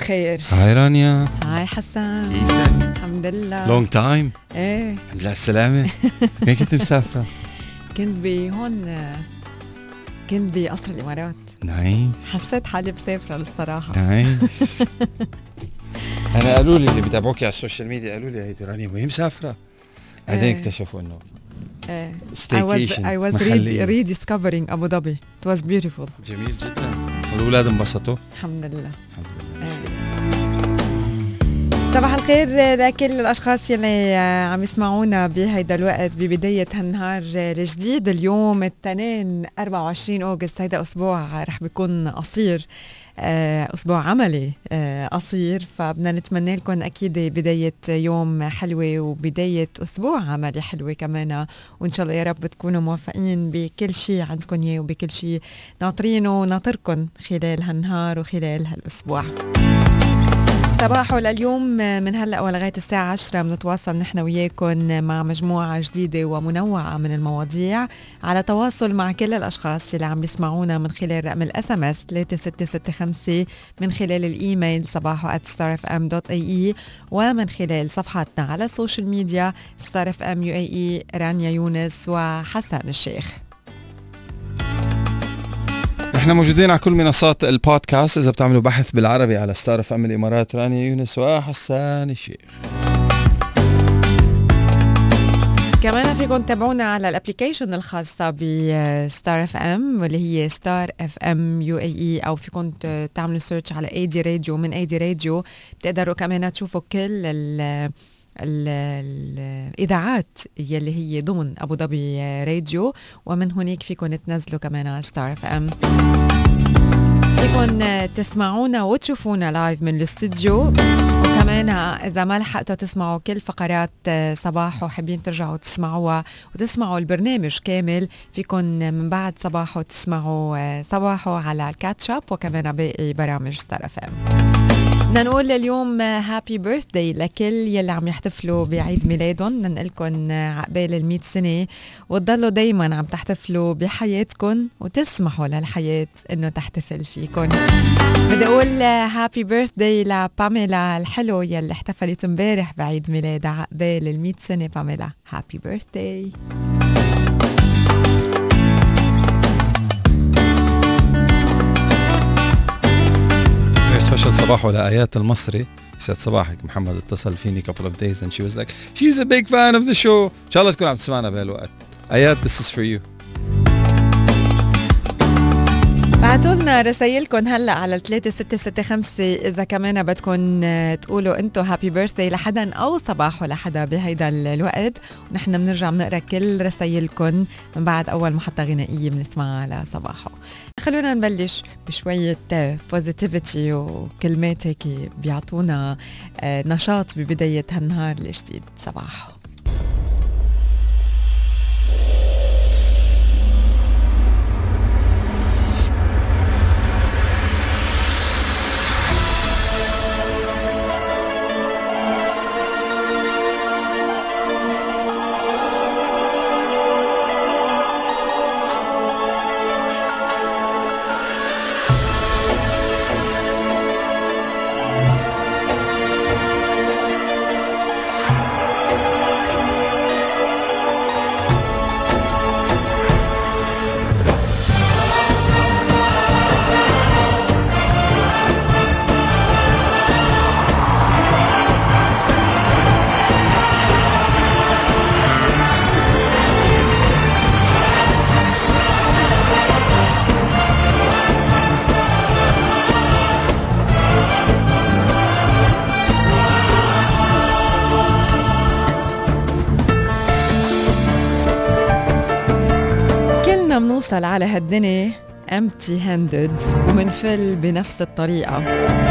بخير. هاي رانيا. هاي حسن. كيفك؟ الحمد لله. لونج تايم. ايه الحمد لله على السلامة. وين كنت مسافرة؟ كنت كنت بقصر الإمارات. نايس. حسيت حالي مسافرة الصراحة. نايس. أنا قالوا لي اللي بتابعوكي على السوشيال ميديا قالوا لي هيدي رانيا وهي مسافرة. بعدين اكتشفوا إنه I was rediscovering أبو ظبي. It was beautiful. جميل جدا. والأولاد انبسطوا؟ الحمد لله. الحمد لله. صباح الخير لكل الأشخاص يلي عم يسمعونا بهيدا الوقت ببداية هالنهار الجديد. اليوم الاثنين 24 أغسطس. هيدا أسبوع رح بيكون قصير، أسبوع عملي قصير، فبدنا نتمنى لكم أكيد بداية يوم حلوة وبداية أسبوع عملي حلوة كمان، وإن شاء الله يا رب تكونوا موفقين بكل شيء عندكم إياه وبكل شيء ناطرينه وناطركم خلال هالنهار وخلال هالأسبوع. صباحو لليوم من هلأ ولغاية الساعة 10 بنتواصل نحن وياكم مع مجموعة جديدة ومنوعة من المواضيع، على تواصل مع كل الأشخاص اللي عم بيسمعونا من خلال رقم الSMS 3665، من خلال الإيميل صباحو@starfm.ae، ومن خلال صفحاتنا على السوشيال ميديا ستار اف ام UAE، رانيا يونس وحسن الشيخ. احنا موجودين على كل منصات البودكاست، اذا بتعملوا بحث بالعربي على ستار اف ام الامارات رانيا يونس وحسان الشيخ. كمان فيكم تتابعونا على الابليكيشن الخاصة بستار اف ام واللي هي ستار اف ام UAE، او فيكم تعملوا سيرش على ايدي راديو. من ايدي راديو بتقدروا كمان تشوفوا كل الإذاعات يلي هي ضمن أبو ظبي راديو، ومن هناك فيكم تنزلوا كمان ستار اف ام. فيكم تسمعونا وتشوفونا لايف من الاستوديو، وكمان إذا ما لحقتوا تسمعوا كل فقرات صباح وحابين ترجعوا تسمعوها وتسمعوا البرنامج كامل، فيكم من بعد صباحو تسمعوا صباحو على الكاتشاب وكمان باقي برامج ستار اف ام. بدنا نقول اليوم هابي بيرثداي لكل يلي عم يحتفلوا بعيد ميلادهم. بدنا نقلكن عقبال 100 سنة وتضلوا دايما عم تحتفلوا بحياتكن وتسمحوا للحياة انه تحتفل فيكن. بدي اقول هابي بيرثداي لباميلا الحلو يلي احتفلت امبارح بعيد ميلادها عقبال 100 سنة. باميلا هابي بيرثداي. سبيشال صباحو لآيات المصري. يسعد صباحك، محمد اتصل فيني couple of days and she was like she's a big fan of the show. إن شاء الله تكون عم تسمعنا بهالوقت. آيات this is for you. بعتوا لنا رسايلكم هلا على 3665 اذا كمان بدكم تقولوا انتم هابي بيرثداي لحدا او صباحو لحدا بهيدا الوقت، ونحن بنرجع بنقرا كل رسايلكم من بعد اول محطه غنائيه بنسمعها لصباحو. خلونا نبلش بشويه بوزيتيفيتي وكلمات هيك بيعطونا نشاط ببدايه هالنهار الجديد. صباحو. بنوصل على هالدنيا empty handed ومنفل بنفس الطريقة،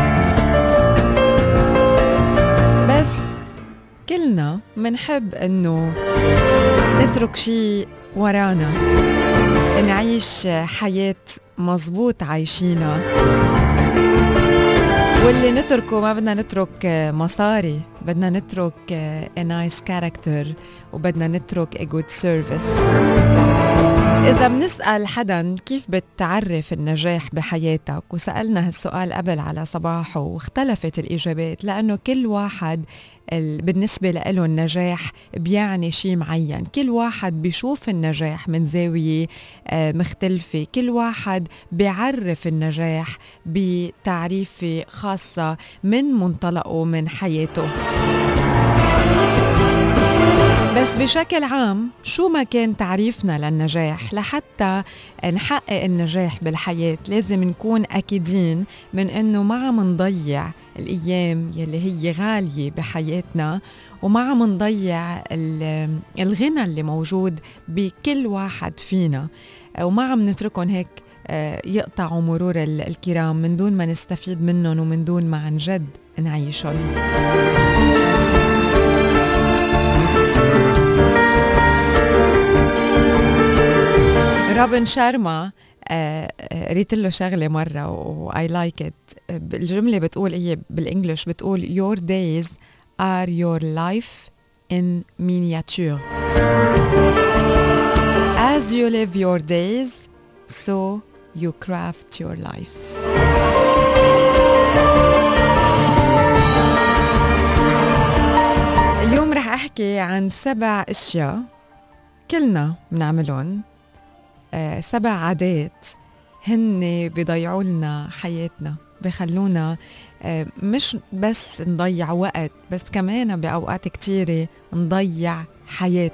بس كلنا منحب انه نترك شيء ورانا، نعيش حياة مزبوط عايشينها، واللي نتركه ما بدنا نترك مصاري، بدنا نترك a nice character وبدنا نترك a good service. إذا بنسأل حدا كيف بتعرف النجاح بحياتك، وسألنا هالسؤال قبل على صباحه واختلفت الإجابات، لأنه كل واحد بالنسبة له النجاح بيعني شيء معين، كل واحد بيشوف النجاح من زاوية مختلفة، كل واحد بيعرف النجاح بتعريفة خاصة من منطلقه من حياته. بس بشكل عام شو ما كان تعريفنا للنجاح، لحتى نحقق النجاح بالحياة لازم نكون أكيدين من أنه ما عم نضيع الأيام يلي هي غالية بحياتنا، وما عم نضيع الغنى اللي موجود بكل واحد فينا، وما عم نتركهم هيك يقطعوا مرور الكرام من دون ما نستفيد منهم ومن دون ما عن جد نعيشهم. روبن شارما قريت له شغلة مرة و I like it. الجملة بتقول إيه بالإنجليش؟ بتقول Your days are your life in miniature. As you live your days, so you craft your life. اليوم رح أحكي عن 7 أشياء كلنا بنعملهم، 7 عادات هن بيضيعوا لنا حياتنا، بيخلونا مش بس نضيع وقت، بس كمان بأوقات كتيرة نضيع حياة.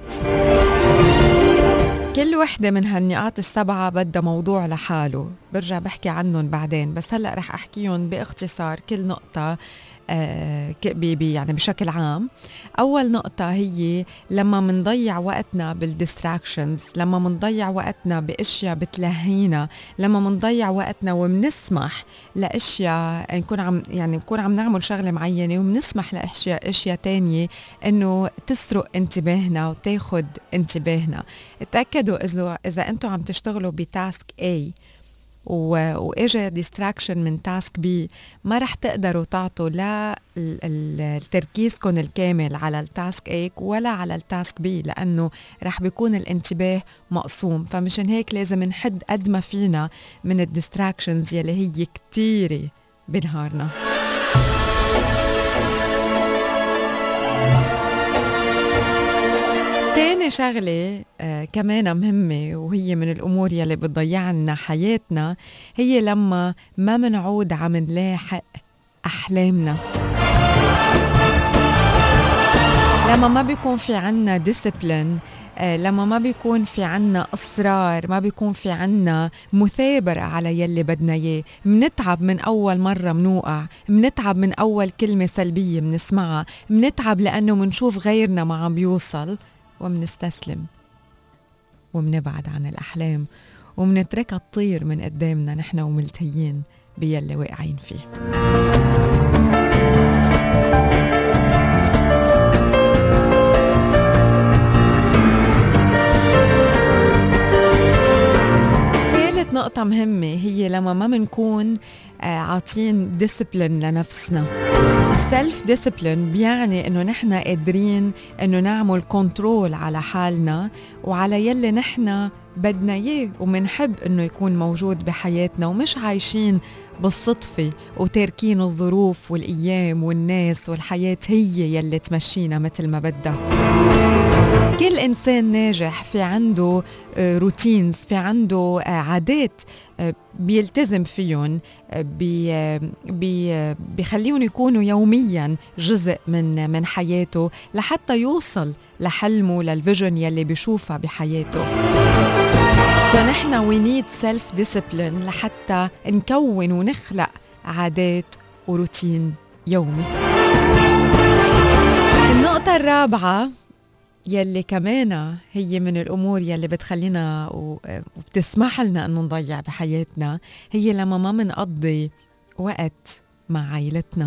كل وحدة من هالنقاط ال7 بدها موضوع لحاله، برجع بحكي عنهم بعدين، بس هلأ رح أحكيهم باختصار كل نقطة يعني بشكل عام. أول نقطة هي لما منضيع وقتنا بالديستراكشنز، لما منضيع وقتنا بأشياء بتلهينا، لما منضيع وقتنا ومنسمح لأشياء نكون عم نعمل شغلة معينة ومنسمح لأشياء تانية إنه تسرق انتباهنا وتاخد انتباهنا. اتأكدوا إذا أنتوا عم تشتغلوا بتاسك A وإجا ديستراكشن من تاسك بي، ما رح تقدروا تعطوا لا التركيزكم الكامل على التاسك A ولا على التاسك بي، لأنه رح بيكون الانتباه مقسوم. فمشان هيك لازم نحد قد ما فينا من الديستراكشنز يلي هي كتيرة بنهارنا. تاني شغلة كمان مهمة وهي من الأمور يلي بتضيع لنا حياتنا، هي لما ما منعود عم نلاحق أحلامنا، لما ما بيكون في عنا ديسيبلين، لما ما بيكون في عنا إصرار، ما بيكون في عنا مثابرة على يلي بدنا إياه. منتعب من أول مرة منوقع، منتعب من أول كلمة سلبية منسمعها، منتعب لأنه منشوف غيرنا ما عم بيوصل ومنستسلم ومنبعد عن الأحلام ومنتركها تطير من قدامنا نحن وملتهيين بيلي واقعين فيه. ثالث نقطة مهمة هي لما ما منكون عاطين ديسيبلين لنفسنا. السلف ديسيبلين بيعني انه نحن قادرين انه نعمل كنترول على حالنا وعلى يلي نحن بدنا اياه ومنحب انه يكون موجود بحياتنا، ومش عايشين بالصدفة وتاركين الظروف والايام والناس والحياة هي يلي تمشينا مثل ما بدها. كل إنسان ناجح في عنده روتينز، في عنده عادات بيلتزم فيهم، بيخليهم يكونوا يوميا جزء من حياته لحتى يوصل لحلمه، للفيجن يلي بيشوفها بحياته. فنحن we need self discipline لحتى نكون ونخلق عادات وروتين يومي. النقطة الرابعة يلي كمان هي من الأمور يلي بتخلينا وبتسمح لنا أنه نضيع بحياتنا، هي لما ما منقضي وقت مع عائلتنا.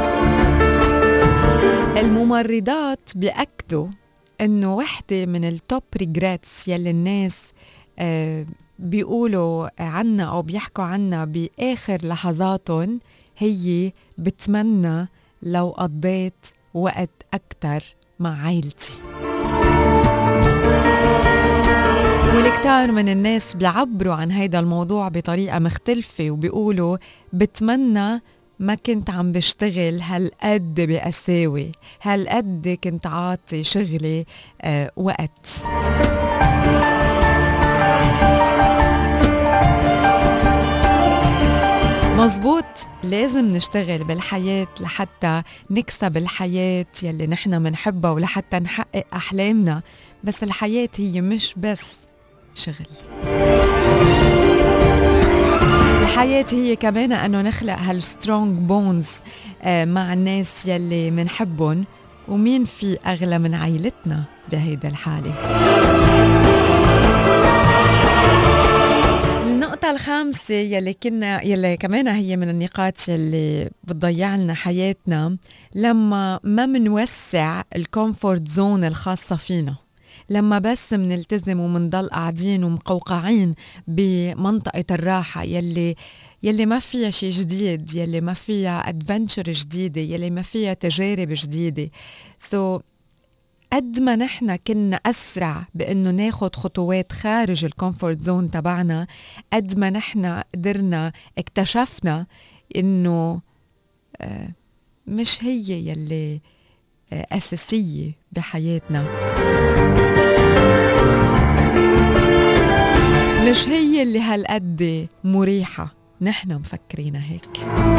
الممرضات بيأكدوا أنه واحدة من التوب ريجريتس يلي الناس بيقولوا عنا أو بيحكوا عنا بآخر لحظاتهم هي بتمنى لو قضيت وقت أكتر مع عائلتي. والكتار من الناس بيعبروا عن هيدا الموضوع بطريقة مختلفة وبيقولوا بتمنى ما كنت عم بشتغل هالقد بقساوة، هالقد كنت عاطي شغلي وقت. مزبوط، لازم نشتغل بالحياة لحتى نكسب الحياة يلي نحن منحبها ولحتى نحقق أحلامنا، بس الحياة هي مش بس شغل. الحياة هي كمان أنه نخلق هالسترونج بونز مع الناس يلي منحبهم، ومين في أغلى من عائلتنا بهيدا الحالة. النقطة الخامسة يلي كمان هي من النقاط يلي بتضيع لنا حياتنا، لما ما منوسع الكومفورت زون الخاصة فينا، لما بس منلتزم ومنضل قاعدين ومقوقعين بمنطقة الراحة يلي ما فيها شيء جديد، يلي ما فيها ادفنتشر جديدة، يلي ما فيها تجارب جديدة. قد ما نحن كنا أسرع بأنه ناخد خطوات خارج الكومفورت زون تبعنا، قد ما نحن قدرنا اكتشفنا إنه مش هي يلي أساسية بحياتنا، مش هي اللي هالقد مريحة نحن مفكرين هيك.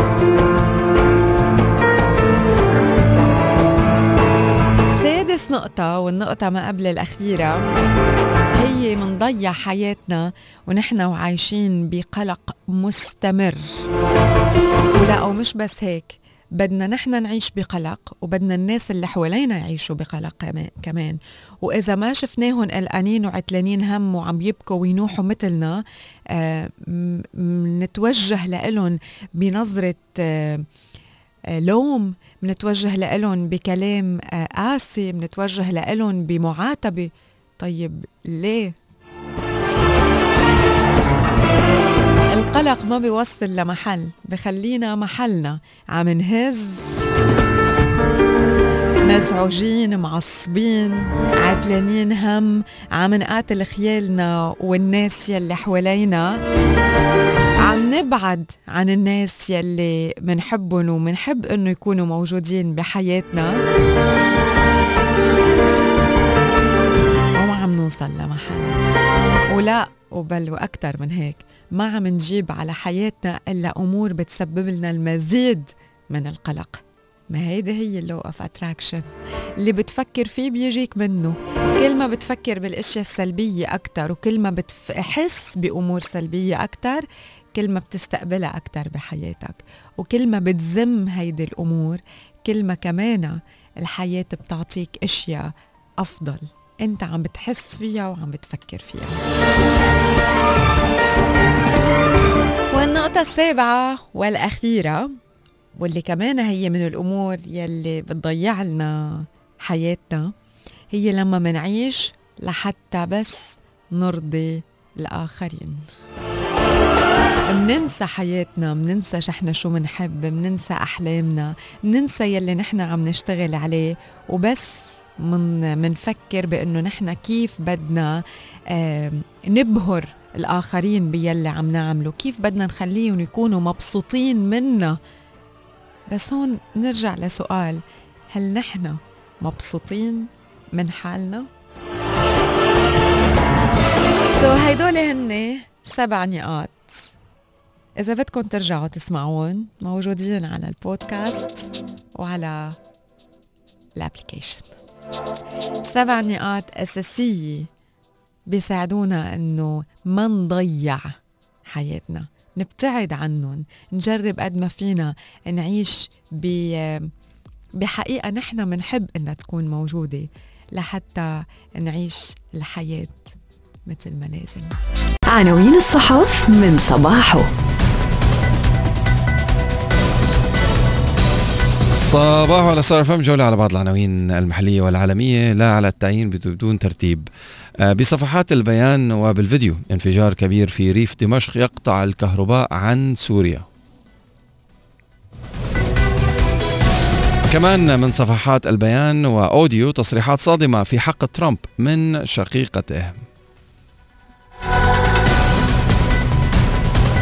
سادس نقطة والنقطة ما قبل الأخيرة، هي منضيع حياتنا ونحن وعايشين بقلق مستمر. ولا أو مش بس هيك، بدنا نحن نعيش بقلق وبدنا الناس اللي حوالينا يعيشوا بقلق كمان. وإذا ما شفناهم قلقانين وعتلانين هم وعم يبكوا وينوحوا مثلنا، نتوجه لهم بنظرة لوم، منتوجه لهم بكلام قاسي، منتوجه لهم بمعاتبة. طيب ليه؟ القلق ما بيوصل لمحل، بخلينا محلنا عم نهز، مزعوجين، معصبين، عتلانين هم، عم نقاتل خيالنا والناس يلي حوالينا، عم نبعد عن الناس يلي منحبهم ومنحب انه يكونوا موجودين بحياتنا، وما عم نوصل لمحل. ولا وبل وأكتر من هيك، ما عم نجيب على حياتنا إلا أمور بتسبب لنا المزيد من القلق. ما هيدا هي اللو اوف اتراكشن، اللي بتفكر فيه بيجيك منه. كل ما بتفكر بالاشياء السلبية أكتر، وكل ما بتحس بأمور سلبية أكتر، كل ما بتستقبلها أكتر بحياتك. وكل ما بتزم هيدي الأمور، كل ما كمان الحياة بتعطيك أشياء أفضل أنت عم بتحس فيها وعم بتفكر فيها. والنقطة السابعة والأخيرة، واللي كمان هي من الأمور يلي بتضيع لنا حياتنا، هي لما منعيش لحتى بس نرضي الآخرين. مننسى حياتنا، مننسى شحنا شو منحب، مننسى أحلامنا، مننسى يلي نحنا عم نشتغل عليه، وبس منفكر بأنه نحنا كيف بدنا نبهر الآخرين بيلي عم نعمله، كيف بدنا نخليهم يكونوا مبسوطين منا. بس هون نرجع لسؤال، هل نحن مبسوطين من حالنا؟ هيدول هن 7 نقاط، إذا بدكم ترجعوا تسمعون، موجودين على البودكاست وعلى الابليكيشن. 7 نقاط أساسية بيساعدونا إنه ما نضيع حياتنا، نبتعد عنهم، نجرب قد ما فينا نعيش بحقيقة نحن منحب إنها تكون موجودة، لحتى نعيش الحياة مثل ما لازم. عناوين الصحف من صباحه. صباح على صار فم، جولة على بعض العناوين المحلية والعالمية، لا على التعيين بدون ترتيب. بصفحات البيان وبالفيديو، انفجار كبير في ريف دمشق يقطع الكهرباء عن سوريا. كمان من صفحات البيان وأوديو، تصريحات صادمة في حق ترامب من شقيقته.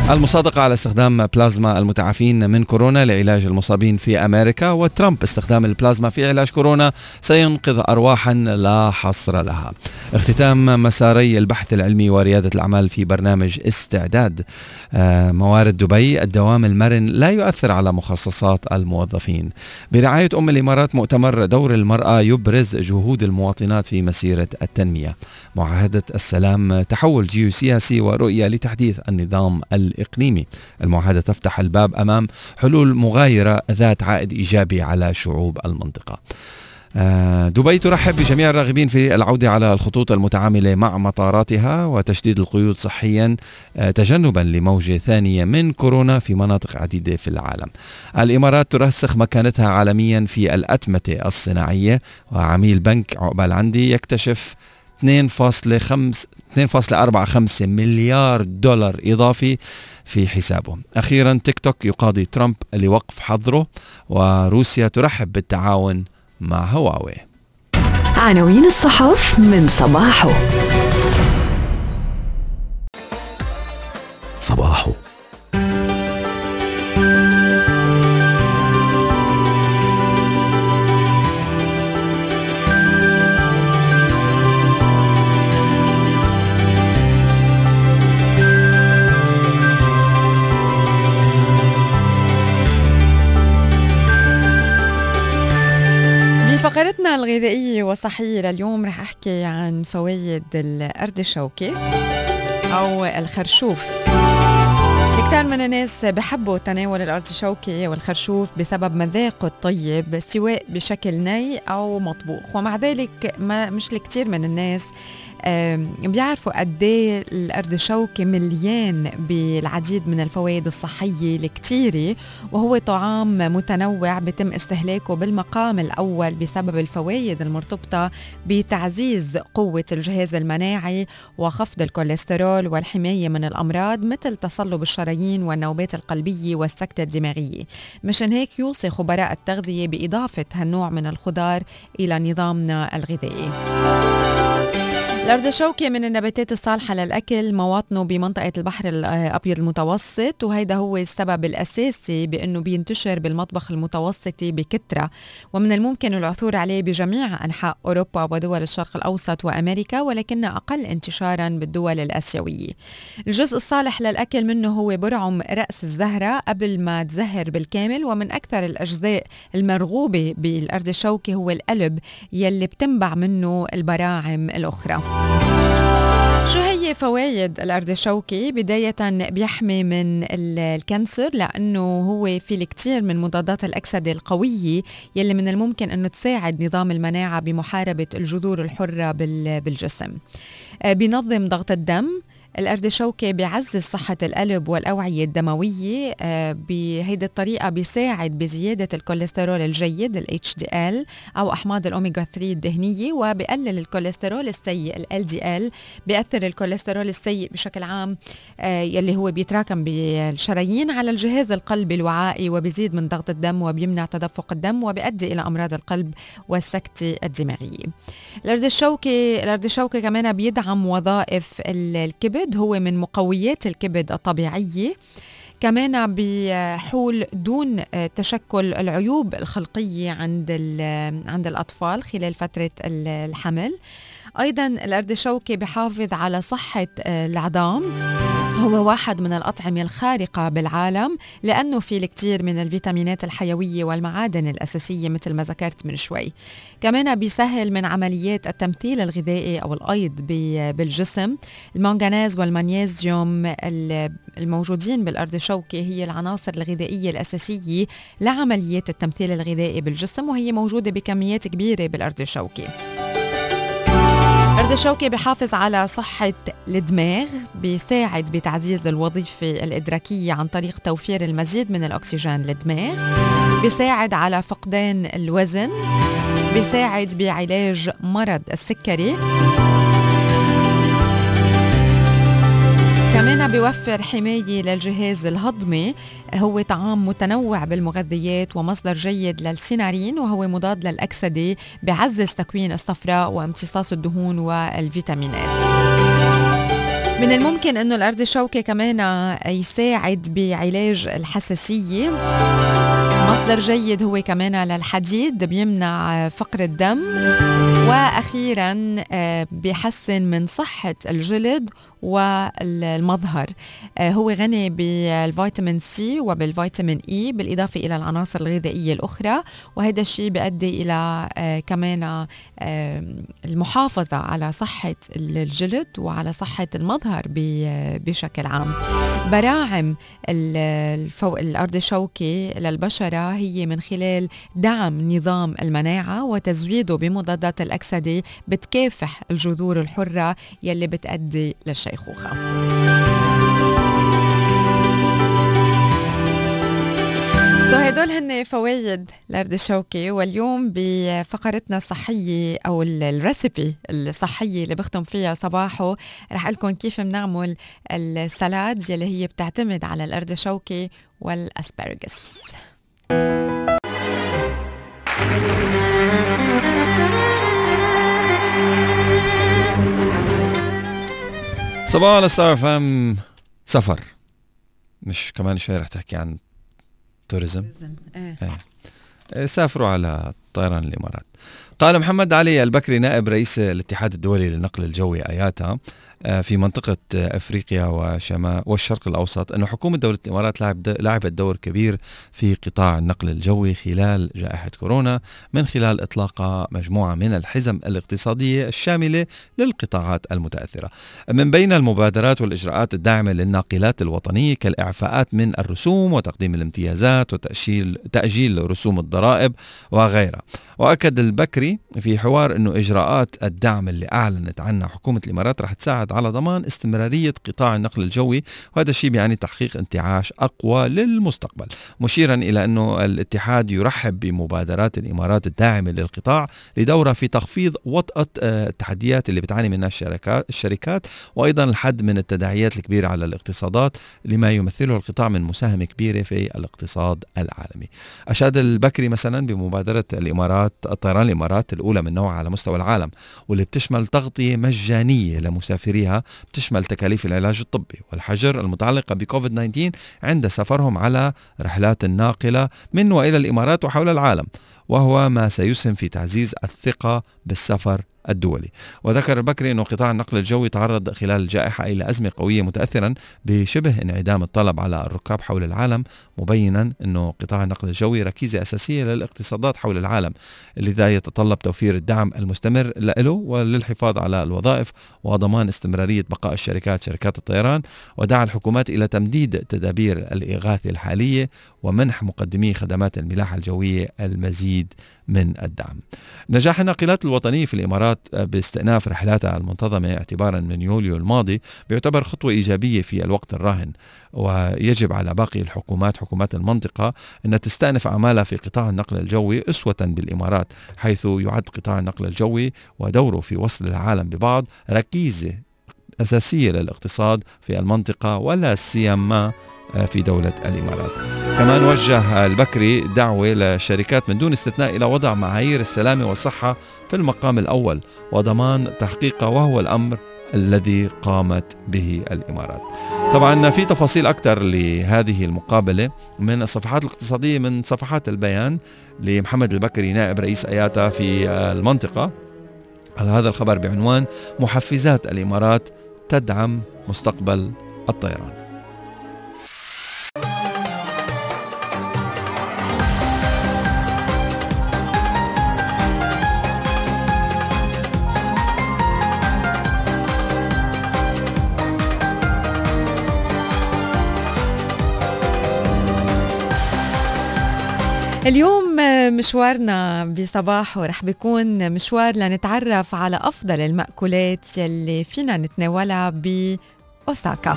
المصادقة على استخدام بلازما المتعافين من كورونا لعلاج المصابين في أمريكا، وترامب استخدام البلازما في علاج كورونا سينقذ أرواحا لا حصر لها. اختتام مساري البحث العلمي وريادة الأعمال في برنامج استعداد موارد دبي، الدوام المرن لا يؤثر على مخصصات الموظفين. برعاية الإمارات مؤتمر دور المرأة يبرز جهود المواطنات في مسيرة التنمية. معاهدة السلام تحول جيوسياسي ورؤية لتحديث النظام الإقليمي. المعاهدة تفتح الباب أمام حلول مغايرة ذات عائد إيجابي على شعوب المنطقة. دبي ترحب بجميع الراغبين في العودة على الخطوط المتعاملة مع مطاراتها وتشديد القيود صحيا تجنبا لموجة ثانية من كورونا في مناطق عديدة في العالم. الإمارات ترسخ مكانتها عالميا في الأتمتة الصناعية، وعميل بنك عقبال عندي يكتشف 2.45 مليار دولار إضافي في حسابه. أخيرا تيك توك يقاضي ترامب لوقف حظره، وروسيا ترحب بالتعاون مع هواوي. عناوين الصحف من صباحو. صباحو فقرتنا الغذائية والصحية لليوم رح أحكي عن فوائد الأرد الشوكي أو الخرشوف. كتير من الناس بحبوا تناول الأرد الشوكي والخرشوف بسبب مذاقه الطيب سواء بشكل ني أو مطبوخ، ومع ذلك مش الكثير من الناس بيعرفوا قديه الأرد الشوكي مليان بالعديد من الفوائد الصحية الكتيرة، وهو طعام متنوع بتم استهلاكه بالمقام الأول بسبب الفوائد المرتبطة بتعزيز قوة الجهاز المناعي وخفض الكوليسترول والحماية من الأمراض مثل تصلب الشرايين والنوبات القلبية والسكتة الدماغية. مشان هيك يوصي خبراء التغذية بإضافة هالنوع من الخضار إلى نظامنا الغذائي. الأرد الشوكي من النباتات الصالحة للأكل، مواطنه بمنطقة البحر الأبيض المتوسط، وهيدا هو السبب الأساسي بأنه بينتشر بالمطبخ المتوسطي بكثرة، ومن الممكن العثور عليه بجميع أنحاء أوروبا ودول الشرق الأوسط وأمريكا، ولكن أقل انتشارا بالدول الآسيوية. الجزء الصالح للأكل منه هو برعم رأس الزهرة قبل ما تزهر بالكامل، ومن أكثر الأجزاء المرغوبة بالأرد الشوكي هو القلب يلي بتنبع منه البراعم الأخرى. شو هي فوائد الأرد الشوكي؟ بداية بيحمي من الكانسر لأنه هو في الكثير من مضادات الأكسدة القوية يلي من الممكن أنه تساعد نظام المناعة بمحاربة الجذور الحرة بالجسم. بينظم ضغط الدم. الأرد الشوكي بيعزز صحة القلب والأوعية الدموية. بهيدي الطريقة بيساعد بزيادة الكوليسترول الجيد ال HDL أو أحماض الأوميغا 3 الدهنية، وبيقلل الكوليسترول السيء ال LDL. بيأثر الكوليسترول السيء بشكل عام يلي هو بيتراكم بالشرايين على الجهاز القلبي الوعائي، وبيزيد من ضغط الدم وبيمنع تدفق الدم وبيؤدي إلى أمراض القلب والسكتة الدماغية. الأرد الشوكي كمان بيدعم وظائف الكبد، هو من مقويات الكبد الطبيعية. كمان بيحول دون تشكل العيوب الخلقية عند الأطفال خلال فترة الحمل. أيضا الأرد الشوكي بيحافظ على صحة العظام، هو واحد من الأطعمة الخارقة بالعالم لأنه فيه الكثير من الفيتامينات الحيوية والمعادن الأساسية مثل ما ذكرت من شوي. كمان بيسهل من عمليات التمثيل الغذائي أو الأيض بالجسم. المنغنيز والمغنيسيوم الموجودين بالأرد الشوكي هي العناصر الغذائية الأساسية لعمليات التمثيل الغذائي بالجسم، وهي موجودة بكميات كبيرة بالأرد الشوكي. الأرد الشوكي بيحافظ على صحة الدماغ، بيساعد بتعزيز الوظيفة الإدراكية عن طريق توفير المزيد من الأكسجين للدماغ، بيساعد على فقدان الوزن، بيساعد بعلاج مرض السكري، كمان بيوفر حماية للجهاز الهضمي. هو طعام متنوع بالمغذيات ومصدر جيد للسينارين، وهو مضاد للأكسدة، بيعزز تكوين الصفراء وامتصاص الدهون والفيتامينات. من الممكن انه الأرضشوكي كمان يساعد بعلاج الحساسية. مصدر جيد هو كمان للحديد، بيمنع فقر الدم، وأخيرا بيحسن من صحة الجلد والمظهر. هو غني بالفيتامين سي وبالفيتامين اي بالإضافة إلى العناصر الغذائية الأخرى، وهذا الشيء بيؤدي إلى كمان المحافظة على صحة الجلد وعلى صحة المظهر بشكل عام. براعم الأرضشوكي للبشرة هي من خلال دعم نظام المناعة وتزويده بمضادات الأكسدة بتكافح الجذور الحرة يلي بتؤدي للشيخوخة. هدول هن فوائد الأرضشوكي. واليوم بفقرتنا الصحية أو الريسيبي الصحية اللي بختم فيها صباحه رح لكم كيف بنعمل السلاد يلي هي بتعتمد على الأرضشوكي والأسبرغس. صباح على ستار فام. سفر مش كمان شوي رح تحكي عن توريزم. سافروا على طيران الإمارات. قال محمد علي البكري نائب رئيس الاتحاد الدولي للنقل الجوي آياتا في منطقة أفريقيا والشرق الأوسط أن حكومة دولة الإمارات لعبت دور كبير في قطاع النقل الجوي خلال جائحة كورونا من خلال إطلاق مجموعة من الحزم الاقتصادية الشاملة للقطاعات المتأثرة، من بين المبادرات والإجراءات الداعمة للناقلات الوطنية كالإعفاءات من الرسوم وتقديم الامتيازات وتأجيل رسوم الضرائب وغيرها. وأكد البكري في حوار أنه إجراءات الدعم اللي أعلنت عنها حكومة الإمارات رح تساعد على ضمان استمرارية قطاع النقل الجوي، وهذا الشيء بيعني تحقيق انتعاش أقوى للمستقبل، مشيرا إلى أنه الاتحاد يرحب بمبادرات الإمارات الداعمة للقطاع لدورها في تخفيض وطأة التحديات اللي بتعاني منها الشركات وأيضا الحد من التداعيات الكبيرة على الاقتصادات لما يمثله القطاع من مساهمة كبيرة في الاقتصاد العالمي. أشاد البكري مثلا بمبادرة الطيران الإمارات الأولى من نوعها على مستوى العالم، واللي بتشمل تغطية مجانية لمسافريها، بتشمل تكاليف العلاج الطبي والحجر المتعلقة بكوفيد 19 عند سفرهم على رحلات الناقلة من وإلى الإمارات وحول العالم، وهو ما سيسهم في تعزيز الثقة بالسفر الدولي. وذكر البكري أنه قطاع النقل الجوي تعرض خلال الجائحة إلى أزمة قوية متأثرا بشبه انعدام الطلب على الركاب حول العالم، مبينا أنه قطاع النقل الجوي ركيزة أساسية للاقتصادات حول العالم، لذا يتطلب توفير الدعم المستمر له وللحفاظ على الوظائف وضمان استمرارية بقاء شركات الطيران، ودعا الحكومات إلى تمديد تدابير الإغاثة الحالية ومنح مقدمي خدمات الملاحة الجوية المزيد من الدعم. نجاح الناقلات الوطنية في الإمارات باستئناف رحلاتها المنتظمة اعتبارا من يوليو الماضي بيعتبر خطوة إيجابية في الوقت الراهن، ويجب على باقي حكومات المنطقة أن تستأنف أعمالها في قطاع النقل الجوي أسوة بالإمارات، حيث يعد قطاع النقل الجوي ودوره في وصل العالم ببعض ركيزة أساسية للاقتصاد في المنطقة ولا سيما في دولة الإمارات. كمان وجه البكري دعوة للشركات من دون استثناء إلى وضع معايير السلامة والصحة في المقام الأول وضمان تحقيقها، وهو الأمر الذي قامت به الإمارات. طبعا في تفاصيل أكثر لهذه المقابلة من الصفحات الاقتصادية من صفحات البيان لمحمد البكري نائب رئيس آياتا في المنطقة على هذا الخبر بعنوان محفزات الإمارات تدعم مستقبل الطيران. اليوم مشوارنا بصباحه رح بيكون مشوار لنتعرف على أفضل المأكولات يلي فينا نتناولها بأوساكا.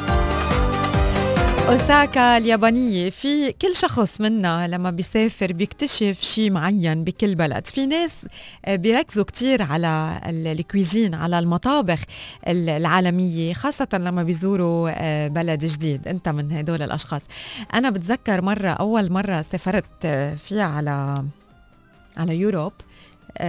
أوساكا اليابانية، في كل شخص منا لما بيسافر بيكتشف شيء معين بكل بلد. في ناس بيركزوا كتير على الكويزين، على المطابخ العالمية، خاصة لما بيزوروا بلد جديد. أنت من هدول الأشخاص. أنا بتذكر أول مرة سافرت فيها على يوروب،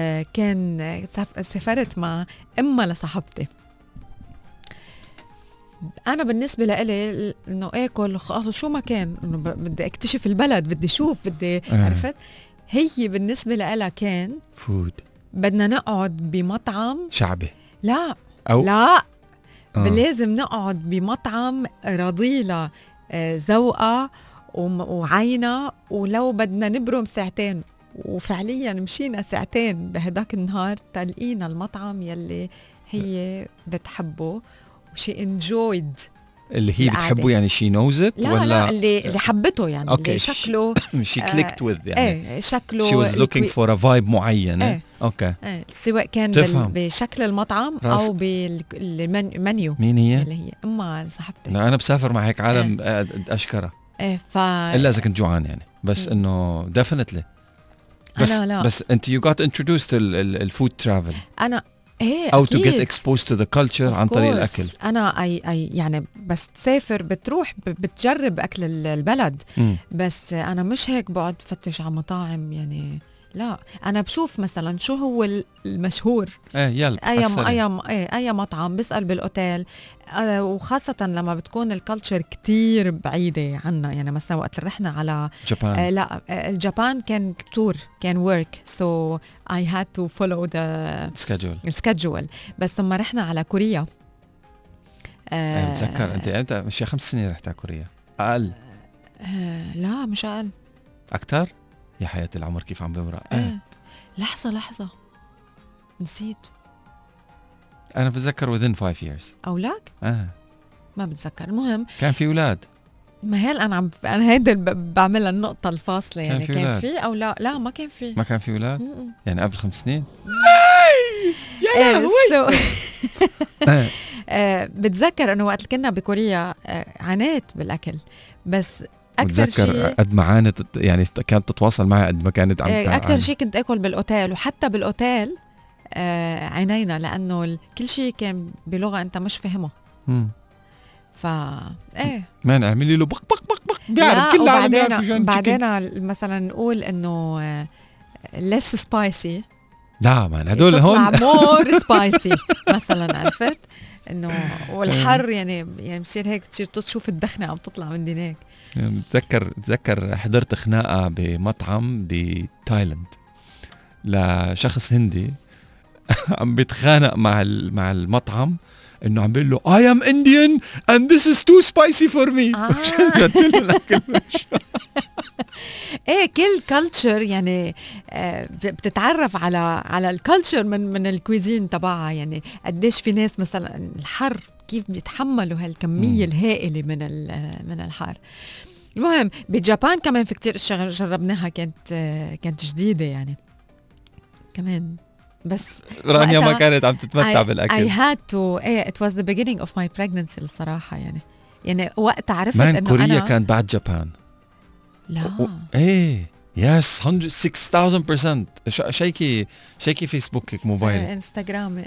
كان سافرت مع أمها لصاحبتي. انا بالنسبه لإلي انه اكل شو ما كان، انه بدي اكتشف البلد، بدي اشوف، بدي عرفت. هي بالنسبه لها كان فود، بدنا نقعد بمطعم شعبي، لا أو لا لازم نقعد بمطعم رضيلة ذوقة وعينة، ولو بدنا نبرم ساعتين. وفعليا مشينا ساعتين بهداك النهار تلقينا المطعم يلي هي بتحبه وشي انجويد. اللي هي بتحبه يعني شي نوزت لا ولا لا اللي حبته يعني اللي شكله شي كليكت وذ يعني شكله she was looking for a vibe معين. اوكي سواء كان بشكل المطعم او بالمنيو. مين هي؟ اللي هي امها صاحبتي. انا بسافر مع هيك عالم اشكره الا اذا كنت جوعان يعني، بس انه definitely. بس أنا لا. بس انت you got introduced الفود ترافل انا او to get exposed to the culture عن طريق الاكل. انا يعني بس تسافر بتروح بتجرب اكل البلد. بس انا مش هيك بقعد فتش على مطاعم يعني، لا انا بشوف مثلا شو هو المشهور، اي مطعم بسأل بالاوتيل، وخاصة لما بتكون الكالتشر كتير بعيدة عنا. يعني مثلا وقت رحنا على جابان، لا الجابان كان تور، كان work so I had to follow the schedule. بس لما رحنا على كوريا بتذكر انت مش 5 سنين رحت على كوريا؟ اقل؟ لا مش اقل، اكتر. يا حياة العمر كيف عم بمرق. لحظة نسيت. أنا بتذكر within 5 years. أولاد؟ ما بتذكر. المهم كان في أولاد. ما هي أنا هيدا بعملها النقطة الفاصلة يعني. كان في أو لا ما كان في. ما كان في أولاد؟ يعني قبل 5 سنين؟ يا لهوي. بتذكر إنه وقت كنا بكوريا عانيت بالأكل، بس أكثر شيء قد ما عانت يعني كانت تتواصل معي قد ما كانت عم أكثر شيء كنت أكل بالأوتيل، وحتى بالأوتيل عينينا لأنه كل شيء كان بلغة أنت مش فهمه. مان اعملي له بق بق بق بق بيعرف كل العالم. بعدين مثلا نقول إنه less spicy، لا مان هدول هون more spicy مثلا، عرفت إنه والحر يعني بصير هيك تصير تشوف الدخنة عم تطلع من دينك. بتذكر حضرت خناقة بمطعم بتايلاند لشخص هندي عم بيتخانق مع المطعم انه عم بيقول له I am Indian and this is too spicy for me. كل كلتشر يعني بتتعرف على الكلتشر من الكويزين تبعها. يعني قديش في ناس مثلا الحر كيف بيتحملوا هالكمية الهائلة من الحر. المهم باليابان كمان في كتير اشياء جربناها كانت جديدة يعني كمان. بس رانيا ما كانت عم تتمتع بالأكل. I had to it was the beginning of my pregnancy الصراحة يعني وقت عرفت إنه كوريا كان بعد جابان. لا يس 6000%. شيكي فيسبوك موبايل انستغرام.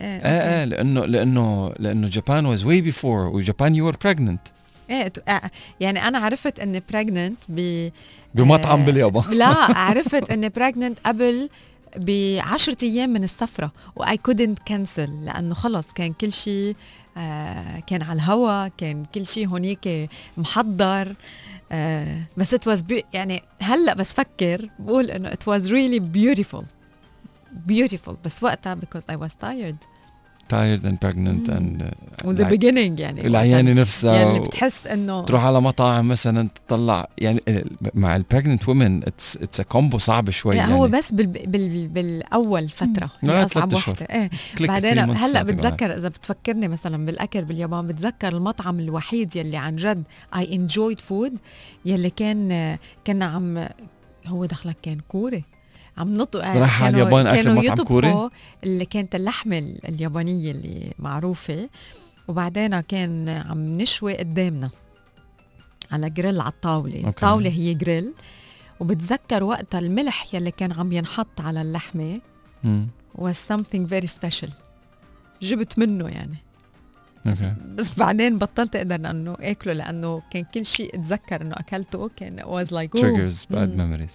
لأنه جابان was way before وجابان you were pregnant. يعني أنا عرفت إني pregnant بمطعم باليابان. لا عرفت إني pregnant قبل ب10 أيام من السفرة، و I couldn't cancel لأنه خلص كان كل شيء كان على الهوا، كان كل شيء هونيك محضر. بس it was يعني هلأ بس فكر بقول إنه it was really beautiful بس وقتها because I was tired and pregnant and the beginning يعني العيانة نفسها يعني بتحس إنه تروح على مطاعم مثلا تطلع يعني مع البريجننت وومن it's a combo صعب شوي يعني. هو بس بالأول فترة هي أصعب وحدة. بعدين هلأ بتذكر إذا بتفكرني مثلا بالأكل باليابان، بتذكر المطعم الوحيد يلي عن جد I enjoyed food يلي كان عم هو دخلك كان كوري عم نطق. راح على اليابان أكل مطعم كوري اللي كانت اللحمة اليابانية اللي معروفة، وبعدين كان عم نشوي قدامنا على جريل على الطاولة. الطاولة هي جريل، وبتذكر وقتها الملح يلي كان عم ينحط على اللحمة was something very special. جبت منه يعني بس بعدين بطلت أقدر أنه أكله لأنه كان كل شيء أتذكر أنه أكلته كان was like triggers bad memories.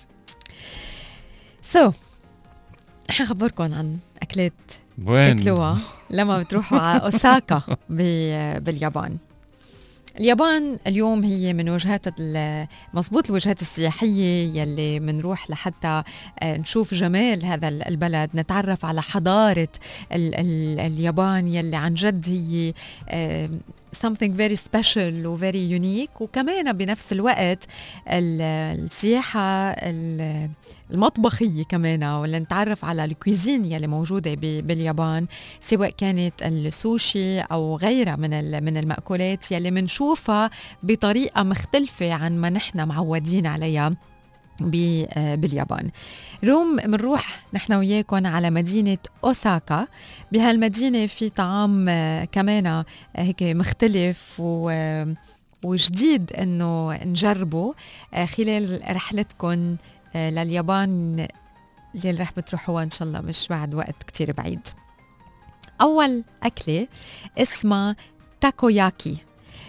خبركم عن أكلات وين تاكلوها لما بتروحوا على أوساكا باليابان. اليابان اليوم هي من وجهات مظبوط الوجهات السياحية يلي منروح لحتى نشوف جمال هذا البلد، نتعرف على حضارة اليابان يلي عن جد هي something very special و very unique. وكمان بنفس الوقت السياحة المطبخية كمان، ولا نتعرف على الكويزين يلي موجودة باليابان، سواء كانت السوشي أو غيرها من المأكولات يلي منشوفها بطريقة مختلفة عن ما نحن معودين عليها باليابان. اليوم منروح نحن وياكم على مدينة أوساكا. بهالمدينة في طعام كمان هيك مختلف وجديد انه نجربه خلال رحلتكم لليابان اللي رح بتروحوها ان شاء الله مش بعد وقت كتير بعيد. اول أكلة اسمها تاكوياكي.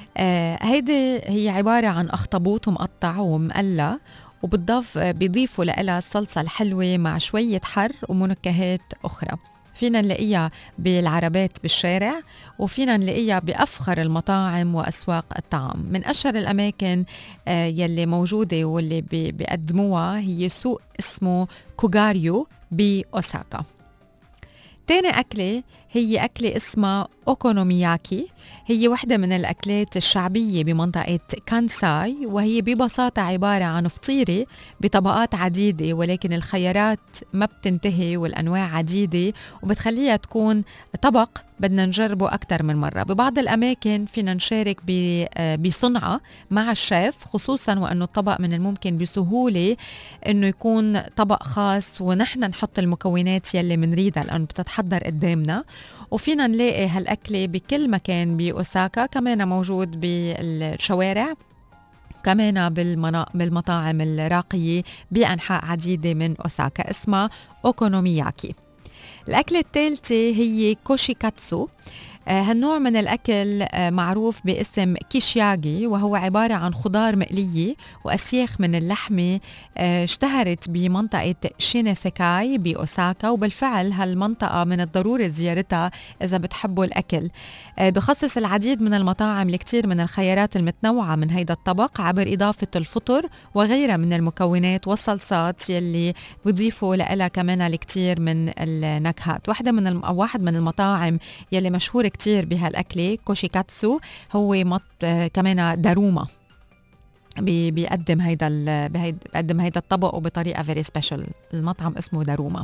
هيدي هي عبارة عن أخطبوط مقطع ومقلى، بيضيفوا لها الصلصة الحلوة مع شوية حر ومنكهات أخرى. فينا نلاقيها بالعربات بالشارع، وفينا نلاقيها بأفخر المطاعم وأسواق الطعام. من أشهر الأماكن يلي موجودة واللي بيقدموها هي سوق اسمه كوغاريو بأوساكا. تاني أكلة هي أكلة اسمها أوكونومياكي. هي واحدة من الأكلات الشعبية بمنطقة كانساي، وهي ببساطة عبارة عن فطيرة بطبقات عديدة، ولكن الخيارات ما بتنتهي والأنواع عديدة، وبتخليها تكون طبق بدنا نجربه أكتر من مرة. ببعض الأماكن فينا نشارك بصنعة مع الشيف، خصوصا وأنه الطبق من الممكن بسهولة أنه يكون طبق خاص ونحن نحط المكونات يلي منريدها لأنه بتتحضر قدامنا. وفينا نلاقي هالأكلة بكل مكان بأوساكا، كمان موجود بالشوارع، كمان بالمطاعم الراقية بأنحاء عديدة من أوساكا. اسمها أوكونومياكي. الأكلة الثالثة هي كوشيكاتسو. هالنوع من الأكل معروف باسم كيشياغي، وهو عبارة عن خضار مقلية وأسياخ من اللحمة. اشتهرت بمنطقة شينسيكاي بأوساكا، وبالفعل هالمنطقة من الضروري زيارتها إذا بتحبوا الأكل. بخصص العديد من المطاعم الكثير من الخيارات المتنوعة من هيدا الطبق عبر إضافة الفطر وغيرها من المكونات والصلصات يلي بضيفوا لها كمان الكثير من النكهات. واحد من المطاعم يلي مشهورة كتير بهالأكلة كوشيكاتسو هو كمان داروما، بيقدم هيدا الطبق وبطريقة very special. المطعم اسمه داروما.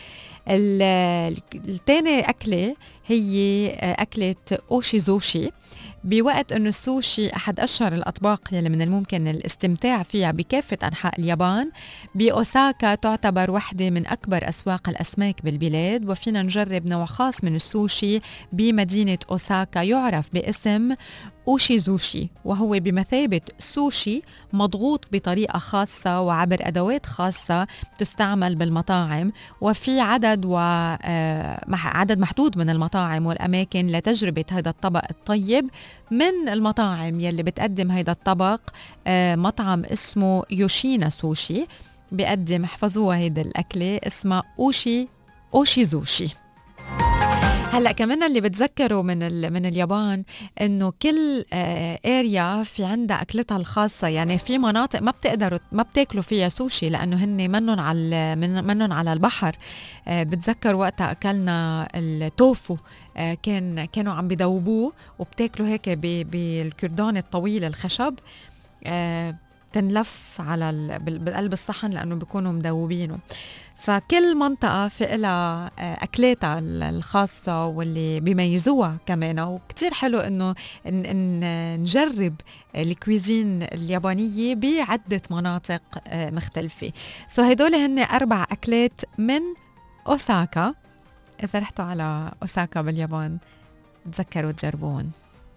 الثاني أكلة هي أكلة أوشيزوشي. بوقت أنه السوشي أحد أشهر الأطباق يلي من الممكن الاستمتاع فيها بكافة أنحاء اليابان، بأوساكا تعتبر واحدة من أكبر أسواق الأسماك بالبلاد، وفينا نجرب نوع خاص من السوشي بمدينة أوساكا يعرف باسم أوشيزوشي، وهو بمثابة سوشي مضغوط بطريقة خاصة وعبر أدوات خاصة تستعمل بالمطاعم. وفي عدد محدود من المطاعم والأماكن لتجربة هذا الطبق الطيب. من المطاعم يلي بتقدم هذا الطبق مطعم اسمه يوشينا سوشي، بيقدم، احفظوها هيدا الأكلة، اسمها أوشيزوشي. هلا كمان اللي بتذكروا من اليابان انه كل اريا في عندها اكلتها الخاصه. يعني في مناطق ما بتاكلوا فيها سوشي لانه هن منن على البحر. بتذكر وقتها اكلنا التوفو، كانوا عم بيذوبوه وبتاكلوا هيك بالكردون الطويل الخشب، تنلف على بقلب الصحن لانه بيكونوا مذوبينه. فكل منطقة في لها أكلاتها الخاصة واللي بيميزوها كمان. وكتير حلو إنه نجرب الكويزين اليابانية بعدة مناطق مختلفة. هيدول هن 4 أكلات من أوساكا. إذا رحتوا على أوساكا باليابان تذكروا تجربون.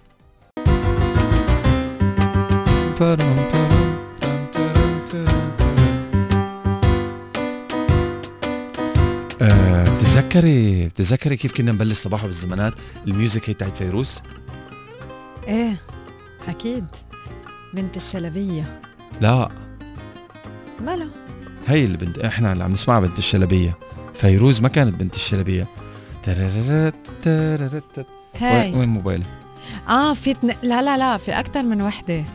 بتتذكري كيف كنا نبلش صباحه بالزمانات الميوزك هي تاعت فيروز؟ ايه اكيد، بنت الشلبية. لا مالا هي احنا اللي عم نسمعها بنت الشلبية. فيروز ما كانت بنت الشلبية. هاي وين موبايلي؟ في لا في اكثر من وحده.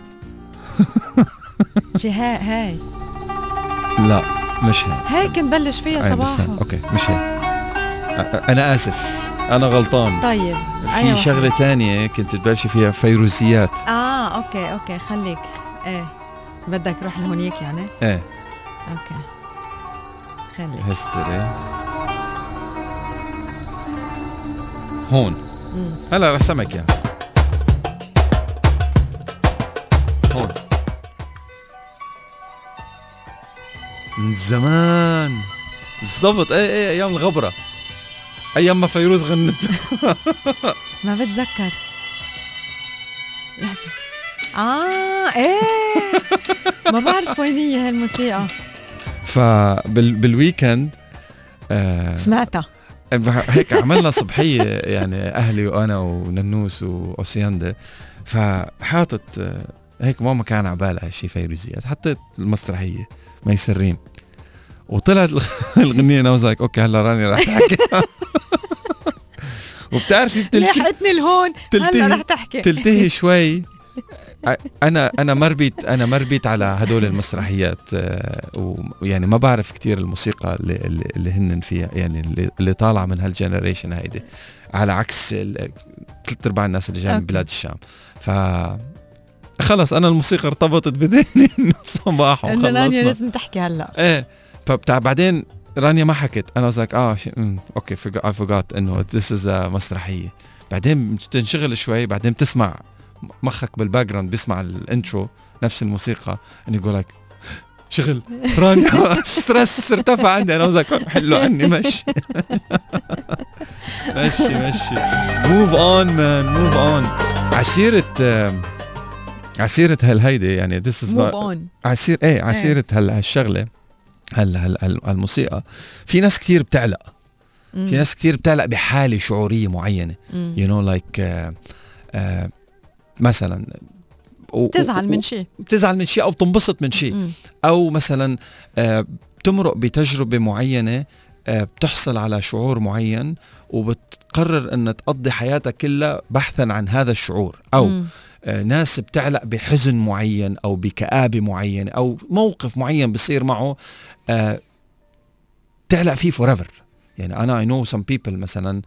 في هاي لا مش هيك نبلش فيها صباحو. اوكي مش هي. انا اسف انا غلطان. طيب في شغله تانية كنت تبلشي فيها، فيروزيات. اوكي خليك. ايه بدك روح لهونيك يعني. ايه اوكي خليك هيستوري هون. هلا رح سمك يعني هون من زمان بالضبط. ايه ايام الغبرة، ايام ما فيروز غنت. ما بتذكر. لحظة. ايه ما بعرف وين هي هالموسيقى. بالويكند سمعتها هيك عملنا صبحية يعني أهلي وأنا وننوس وأوسياندا، فحاطت هيك ماما كان عبالها شي فيروزيات، حطيت المسرحية ميسرين وطلعت الغنية. أنا وزاك أوكي هلا راني راح تحكي. وبتعرفي لحقتني لهون هلا راح تحكي. تلتهي شوي. انا مربيت على هدول المسرحيات، ويعني ما بعرف كتير الموسيقى اللي هن فيها، يعني اللي طالعه من هالجنريشن هيدي، على عكس 3/4 الناس اللي جاي من بلاد الشام. ف خلص انا الموسيقى ارتبطت بذهني انه صباح وخلصنا. رانيا لازم تحكي هلا. ايه فبتاع بعدين رانيا ما حكت. انا وزاك اوكي I forgot انه this is مسرحيه. بعدين تنشغل شوي، بعدين تسمع مخك بالباك جراوند بيسمع الانترو نفس الموسيقى and you go like شغل رانيا ستريس ارتفع عندي. انا وزاك حلو عني مشي. مشي move on man move on. عسيرة هالهيدي يعني this is move on. عسيرة هالشغلة هالموسيقى. في ناس كتير بتعلق، في ناس كتير بتعلق بحالة شعورية معينة you know like مثلا تزعل من شيء أو تنبسط من شيء، أو مثلا بتمرق بتجربة معينة، بتحصل على شعور معين وبتقرر أن تقضي حياتك كلها بحثا عن هذا الشعور، أو ناس بتعلق بحزن معين أو بكآبة معينة أو موقف معين بصير معه تعلق فيه forever. يعني أنا I know some people مثلا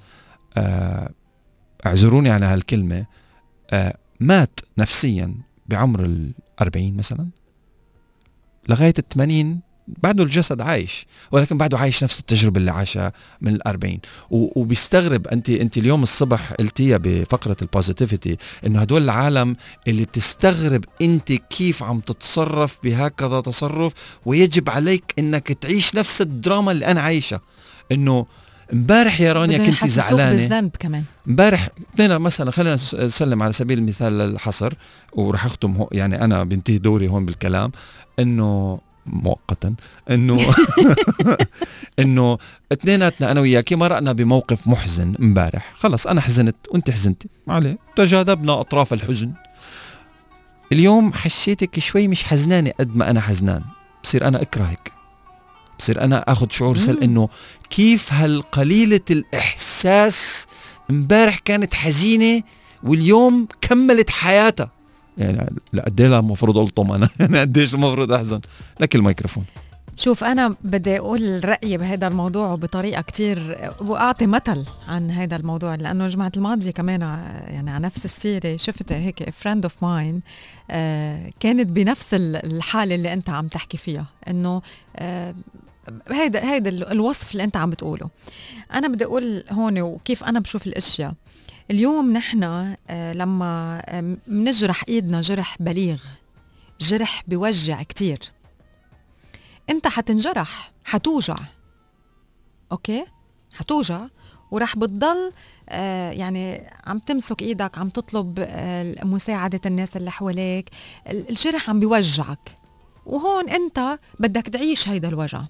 اعذروني على هالكلمة، مات نفسيا بعمر 40 مثلا، لغاية 80 بعده الجسد عايش، ولكن بعده عايش نفس التجربة اللي عاشها من 40. وبيستغرب انت اليوم الصبح قلتيها بفقرة البوزيتيفيتي انه هدول العالم اللي بتستغرب انت كيف عم تتصرف بهكذا تصرف، ويجب عليك انك تعيش نفس الدراما اللي انا عايشها. انه امبارح يا رانيا كنت زعلانه بالذنب كمان. امبارح مثلا خلينا نسلم على سبيل المثال الحصر، ورح اختم يعني انا بنتهي دوري هون بالكلام، انه مؤقتا انه انه اثنيناتنا انا وياكي مرقنا بموقف محزن امبارح. خلص انا حزنت وانت حزنتي، ما عليه، تجاذبنا اطراف الحزن. اليوم حشيتك شوي مش حزنانه قد ما انا حزنان، بصير انا اكرهك، بصير انا اخذ شعور انه كيف هالقليله الاحساس امبارح كانت حزينه واليوم كملت حياتها. يعني قد ايه المفروض الطم انا يعني قديش المفروض احزن. لك الميكروفون. شوف أنا بدي أقول رأيي بهذا الموضوع بطريقة كتير، وأعطي مثل عن هذا الموضوع، لأنه الجمعة الماضية كمان يعني على نفس السيرة شفت هيك friend of mine كانت بنفس الحالة اللي أنت عم تحكي فيها، إنه هيدا الوصف اللي أنت عم بتقوله. أنا بدي أقول هون وكيف أنا بشوف الأشياء. اليوم نحن لما منجرح إيدنا جرح بليغ، جرح بيوجع كتير، انت حتنجرح، حتوجع، اوكي، حتوجع، ورح بتضل يعني عم تمسك ايدك، عم تطلب مساعدة الناس اللي حواليك، الجرح عم بيوجعك، وهون انت بدك تعيش هيدا الوجع.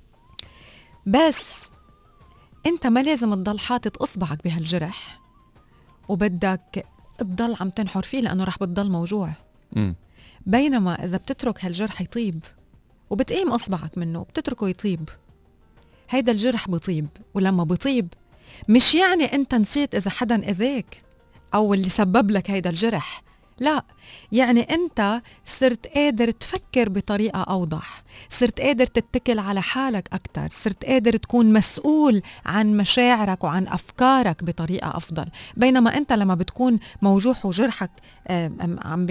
بس انت ما لازم تضل حاطط اصبعك بهالجرح وبدك تضل عم تنحر فيه، لانه رح بتضل موجوع. بينما اذا بتترك هالجرح يطيب وبتقيم أصبعك منه وبتتركه يطيب، هيدا الجرح بطيب. ولما بطيب مش يعني أنت نسيت إذا حدا أذاك، أو اللي سبب لك هيدا الجرح. لا، يعني أنت صرت قادر تفكر بطريقة أوضح، صرت قادر تتكل على حالك أكتر، صرت قادر تكون مسؤول عن مشاعرك وعن أفكارك بطريقة أفضل. بينما أنت لما بتكون موجوع وجرحك عم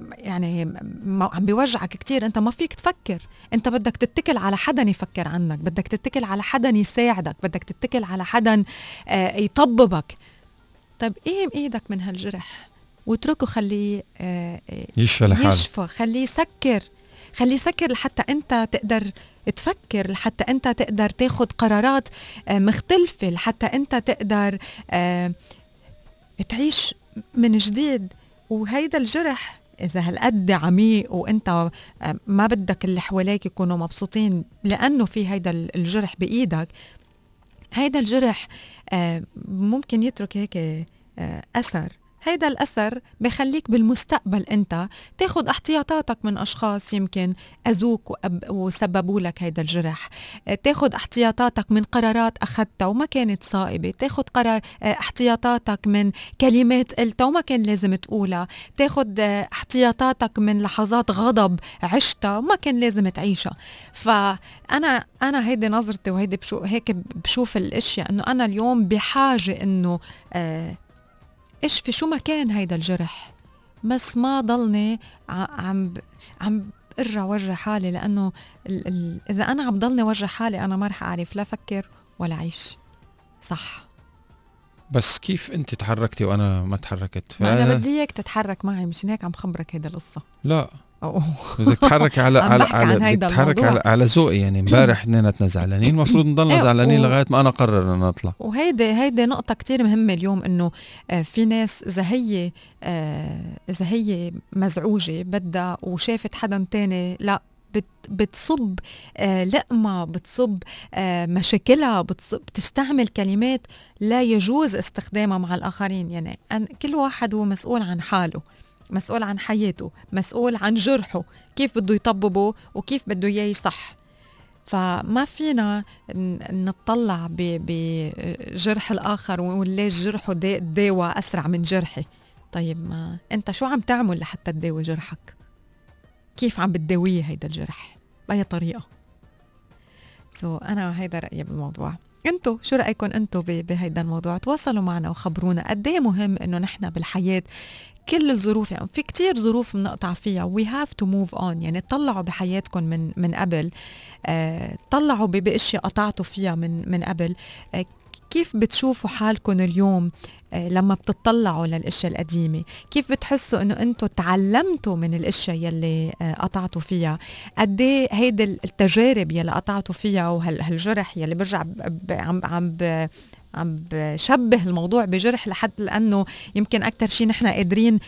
بيوجعك كتير، أنت ما فيك تفكر، أنت بدك تتكل على حدا يفكر عنك، بدك تتكل على حدا يساعدك، بدك تتكل على حدا يطببك. طيب إيه إيدك من هالجرح واتركه، خليه يشفى، خليه يسكر لحتى أنت تقدر تفكر، لحتى أنت تقدر تاخد قرارات مختلفة، لحتى أنت تقدر تعيش من جديد. وهيدا الجرح إذا هالقد عميق وأنت ما بدك اللي حواليك يكونوا مبسوطين لأنه في هيدا الجرح بإيدك، هيدا الجرح ممكن يترك هيك أثر. هيدا الأثر بخليك بالمستقبل أنت تاخد احتياطاتك من أشخاص يمكن أذوك وسببوا لك هيدا الجرح، تاخد احتياطاتك من قرارات أخذتها وما كانت صائبة، تاخد احتياطاتك من كلمات قلتها وما كان لازم تقولها، تاخد احتياطاتك من لحظات غضب عشتها وما كان لازم تعيشها. فأنا هيدي نظرتي وهيدي هيك بشوف الأشياء، أنه أنا اليوم بحاجة أنه اشفي شو ما كان هيدا الجرح، بس ما ضلني عم ارجع وجه حالي، لانه اذا انا عم ضلني وجه حالي انا ما رح اعرف لا افكر ولا اعيش صح. بس كيف انت تحركتي وانا ما تحركت؟ انا بدي اياك تتحرك معي، مشان هيك عم خبرك هيدا القصه. لا بدك تتحركي على ذوقي. يعني امبارح اثنيناتنا زعلانين، المفروض نضلنا زعلانين لغايه ما انا اقرر ان اطلع. وهيدي نقطه كتير مهمه اليوم، انه في ناس اذا هي مزعوجه بدها وشافت حدا تاني لا بتصب لقمة، بتصب مشاكلها، بتستعمل كلمات لا يجوز استخدامها مع الآخرين. يعني كل واحد هو مسؤول عن حاله، مسؤول عن حياته، مسؤول عن جرحه، كيف بده يطببه وكيف بده إياه صح. فما فينا نطلع بجرح الآخر ونقول ليش جرحه داوى أسرع من جرحي. طيب ما أنت شو عم تعمل لحتى تداوي جرحك؟ كيف عم بتداويه هيدا الجرح؟ بأي طريقة؟ أنا هيدا رأيي بالموضوع. انتو شو رأيكم انتو بهيدا الموضوع؟ تواصلوا معنا وخبرونا قد ايه مهم انه نحن بالحياة كل الظروف، يعني في كتير ظروف بنقطع فيها we have to move on. يعني طلعوا بحياتكم من قبل، طلعوا باشياء قطعتوا فيها من قبل. كيف بتشوفوا حالكم اليوم لما بتطلعوا للاشياء القديمة؟ كيف بتحسوا انه انتو تعلمتوا من الاشياء يلي قطعتوا فيها؟ قد ايه هيدي التجارب يلي قطعتوا فيها وهالجرح يلي برجع عم بشبه الموضوع بجرح، لحد لانه يمكن اكتر شيء نحن قادرين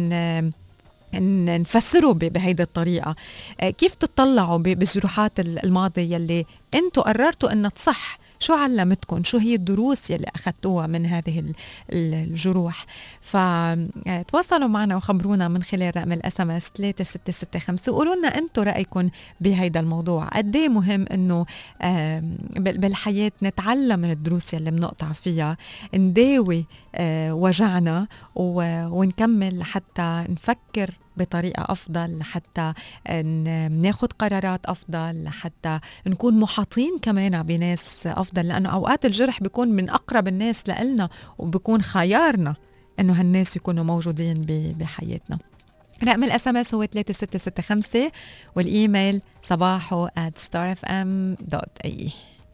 نفسره بهيدي الطريقة. كيف تطلعوا بجروحات الماضي يلي انتو قررتوا انها تصح؟ شو علمتكم؟ شو هي الدروس يلي أخذتوها من هذه الجروح؟ فتواصلوا معنا وخبرونا من خلال رقم الSMS 3665 وقولوا لنا أنتوا رأيكم بهيدا الموضوع. قد ايه مهم إنه بالحياة نتعلم من الدروس يلي بنقطع فيها، نداوي وجعنا ونكمل لحتى نفكر بطريقة أفضل، لحتى ناخد قرارات أفضل، لحتى نكون محاطين كمان بناس أفضل، لأنه أوقات الجرح بيكون من أقرب الناس لإلنا وبيكون خيارنا إنه هالناس يكونوا موجودين بحياتنا. رقم الSMS هو 3665 والإيميل sabaho@starfm.ae.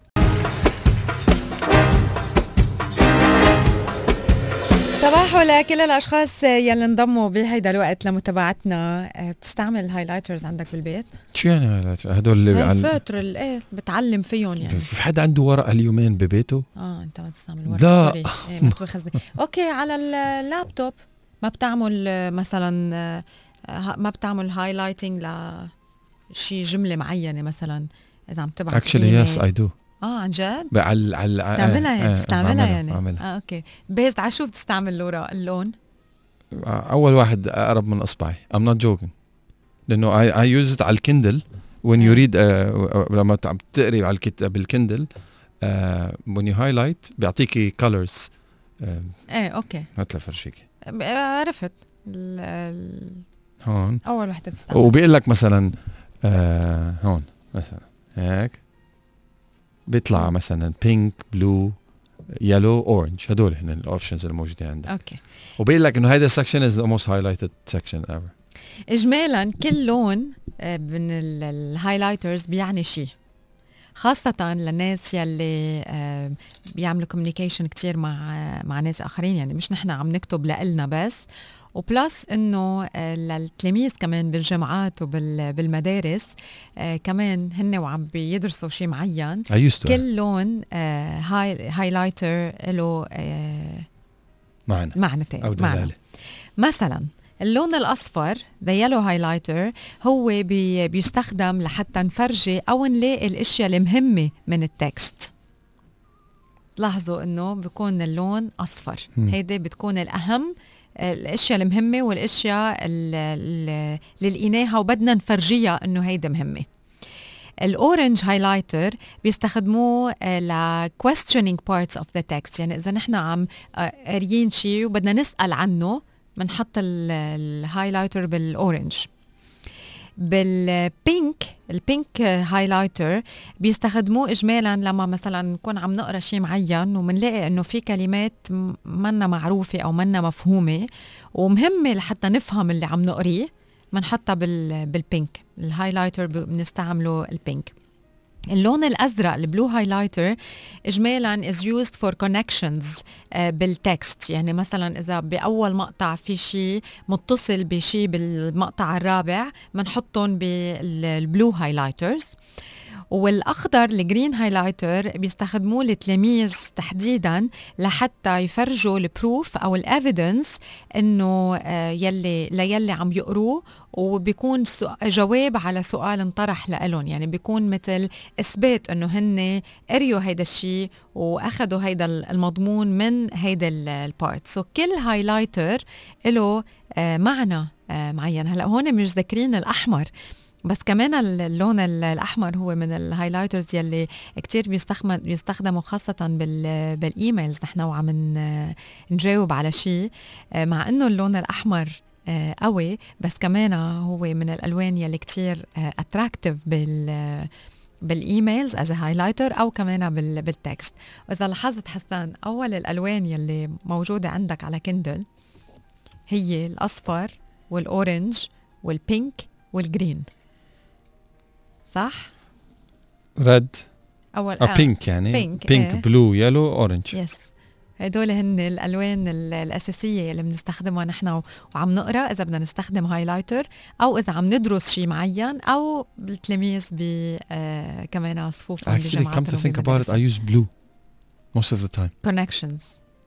صباحو لكل الأشخاص يلي انضموا بهيدا الوقت لمتابعتنا. بتستعمل الهايلايترز عندك بالبيت؟ شو يعني هايلايتر؟ هدول اللي الفترة اللي بتعلم فيهم يعني. في حد عنده ورقة اليومين ببيته؟ انت ما تستعمل ورقة؟ لا ما تواخذني. اوكي على اللابتوب ما بتعمل مثلا ما بتعمل هايلايتنج لشي جملة معينة مثلا إذا عم تبعت actually yes I do. عن جد؟ بتعملها يعني تستعملها يعني؟ بعملها. اوكي بيزد على شو بتستعمل اللون؟ اول واحد اقرب من اصبعي. I'm not joking لانه I use it على الكندل when you read لما عم تقري على الكتاب بالكندل when you highlight بيعطيكي colors. اوكي هات لفرشيكي. عرفت هون اول وحده تستعمل. وبيقول لك مثلا هون مثلا هيك بيطلع مثلا بينك بلو يلو اورنج، هدول هن الاوبشنز الموجودين عندك. اوكي. وبيقول لك انه هيدا السكشن از ذا موست هايلايتد سكشن ايفر. اجمالا كل لون من الهايلايترز بيعني شيء، خاصة للناس يلي بيعملوا كوميونيكيشن كتير مع ناس آخرين، يعني مش نحن عم نكتب لإلنا بس، وبلس إنه للتلاميذ كمان بالجامعات وبالمدارس كمان هن وعم بيدرسوا شيء معين كل لون هايلايتر له معنى تاني أو دلالة. مثلا اللون الأصفر the yellow highlighter هو بيستخدم لحتى نفرجي أو نلاقي الأشياء المهمة من التكست. لاحظوا إنه بيكون اللون أصفر، هيدا بتكون الأهم الأشياء المهمة والأشياء اللي لقيناها وبدنا نفرجيها إنه هيدا مهمة. الأورنج هايلايتر بيستخدموه ل questioning parts of the text، يعني إذا نحن عم قاريين شيء وبدنا نسأل عنه بنحط الهايلايتر بالأورنج. البينك هايلايتر بيستخدموه إجمالا لما مثلا نكون عم نقرأ شيء معين ومنلاقي إنه في كلمات منا معروفة أو منا مفهومة ومهمة لحتى نفهم اللي عم نقريه، بنحطها بالبينك. الهايلايتر بنستعمله البينك. اللون الأزرق البلو هايلايتر إجمالاً is used for connections بالتكست، يعني مثلاً إذا بأول مقطع في شيء متصل بشيء بالمقطع الرابع بنحطهم بالبلو هايلايترز. والأخضر الجرين هايلايتر بيستخدموه التلاميذ تحديداً لحتى يفرجوا البروف أو الأفيدنس إنه يلي عم يقروه، وبيكون جواب على سؤال انطرح لهم، يعني بيكون مثل إثبات إنه هن قريوا هيدا الشيء وأخذوا هيدا المضمون من هيدا البارت. سو كل هايلايتر له معنى معين. هلأ هون مش ذاكرين الأحمر، بس كمان اللون الأحمر هو من الهايلايترز يلي كتير بيستخدموا خاصة بالإيميلز نحن وعم نجاوب على شيء، مع إنه اللون الأحمر قوي، بس كمان هو من الألوان يلي كتير attractive بالإيميلز as a highlighter أو كمان بالتكست. وإذا لاحظت حسان أول الألوان يلي موجودة عندك على كندل هي الأصفر والأورنج والبينك والجرين، صح؟ ريد أول بينك، يعني بينك بلو يلو أورنج. يس، هدول هن الألوان الأساسية اللي بنستخدمها نحن وعم نقرأ إذا بدنا نستخدم هايلايتر، أو إذا عم ندرس شيء معين، أو التلاميذ كمان صفوفهم بجامعاتهم. Actually, come to think about it, I use blue most of the time. Connections.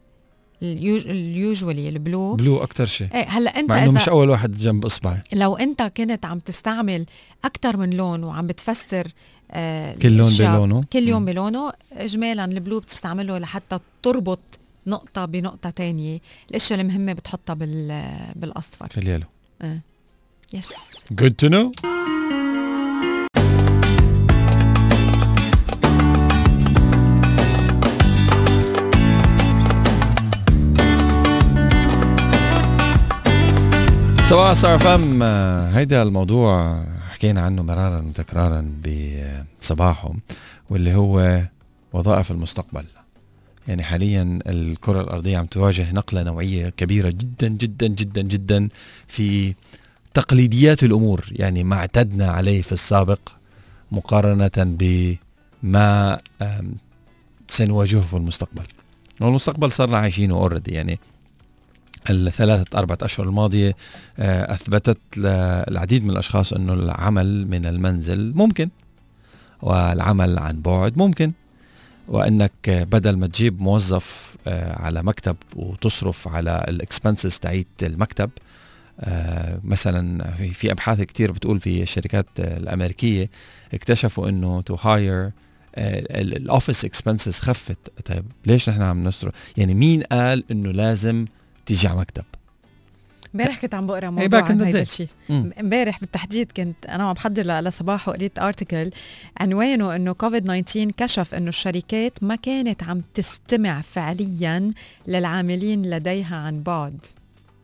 usually البلو أكتر شيء. هلا انت مع انه مش اول واحد جنب اصبعي. لو انت كنت عم تستعمل اكتر من لون وعم بتفسر كل لون بلونه، كل يوم بلونه، اجمالا البلو بتستعمله لحتى تربط نقطة بنقطة تانية. الاشياء المهمة بتحطها بالاصفر باليلو. يس. Good to know. سواء صار فهم هيدا الموضوع حكينا عنه مرارا وتكرارا بصباحه، واللي هو وظائف المستقبل. يعني حاليا الكرة الأرضية عم تواجه نقلة نوعية كبيرة جدا جدا جدا جدا في تقليديات الأمور، يعني ما اعتدنا عليه في السابق مقارنة بما سنواجهه في المستقبل. والمستقبل صارنا عايشينه أوريدي، يعني ال3-4 أشهر الماضية أثبتت العديد من الأشخاص أنه العمل من المنزل ممكن، والعمل عن بعد ممكن، وأنك بدل ما تجيب موظف على مكتب وتصرف على الإكسبنسز تاعت المكتب. مثلا في أبحاث كتير بتقول في الشركات الأمريكية اكتشفوا أنه to hire الأوفيس إكسبنسز خفت. طيب ليش نحن عم نصرف؟ يعني مين قال أنه لازم تيجي على مكتب؟ امبارح كنت عم بقرا موضوع عن هيدا الشيء. امبارح بالتحديد كنت انا عم بحضر لصباح وقريت ارتكل عنوانه انه كوفيد-19 كشف انه الشركات ما كانت عم تستمع فعليا للعاملين لديها عن بعد.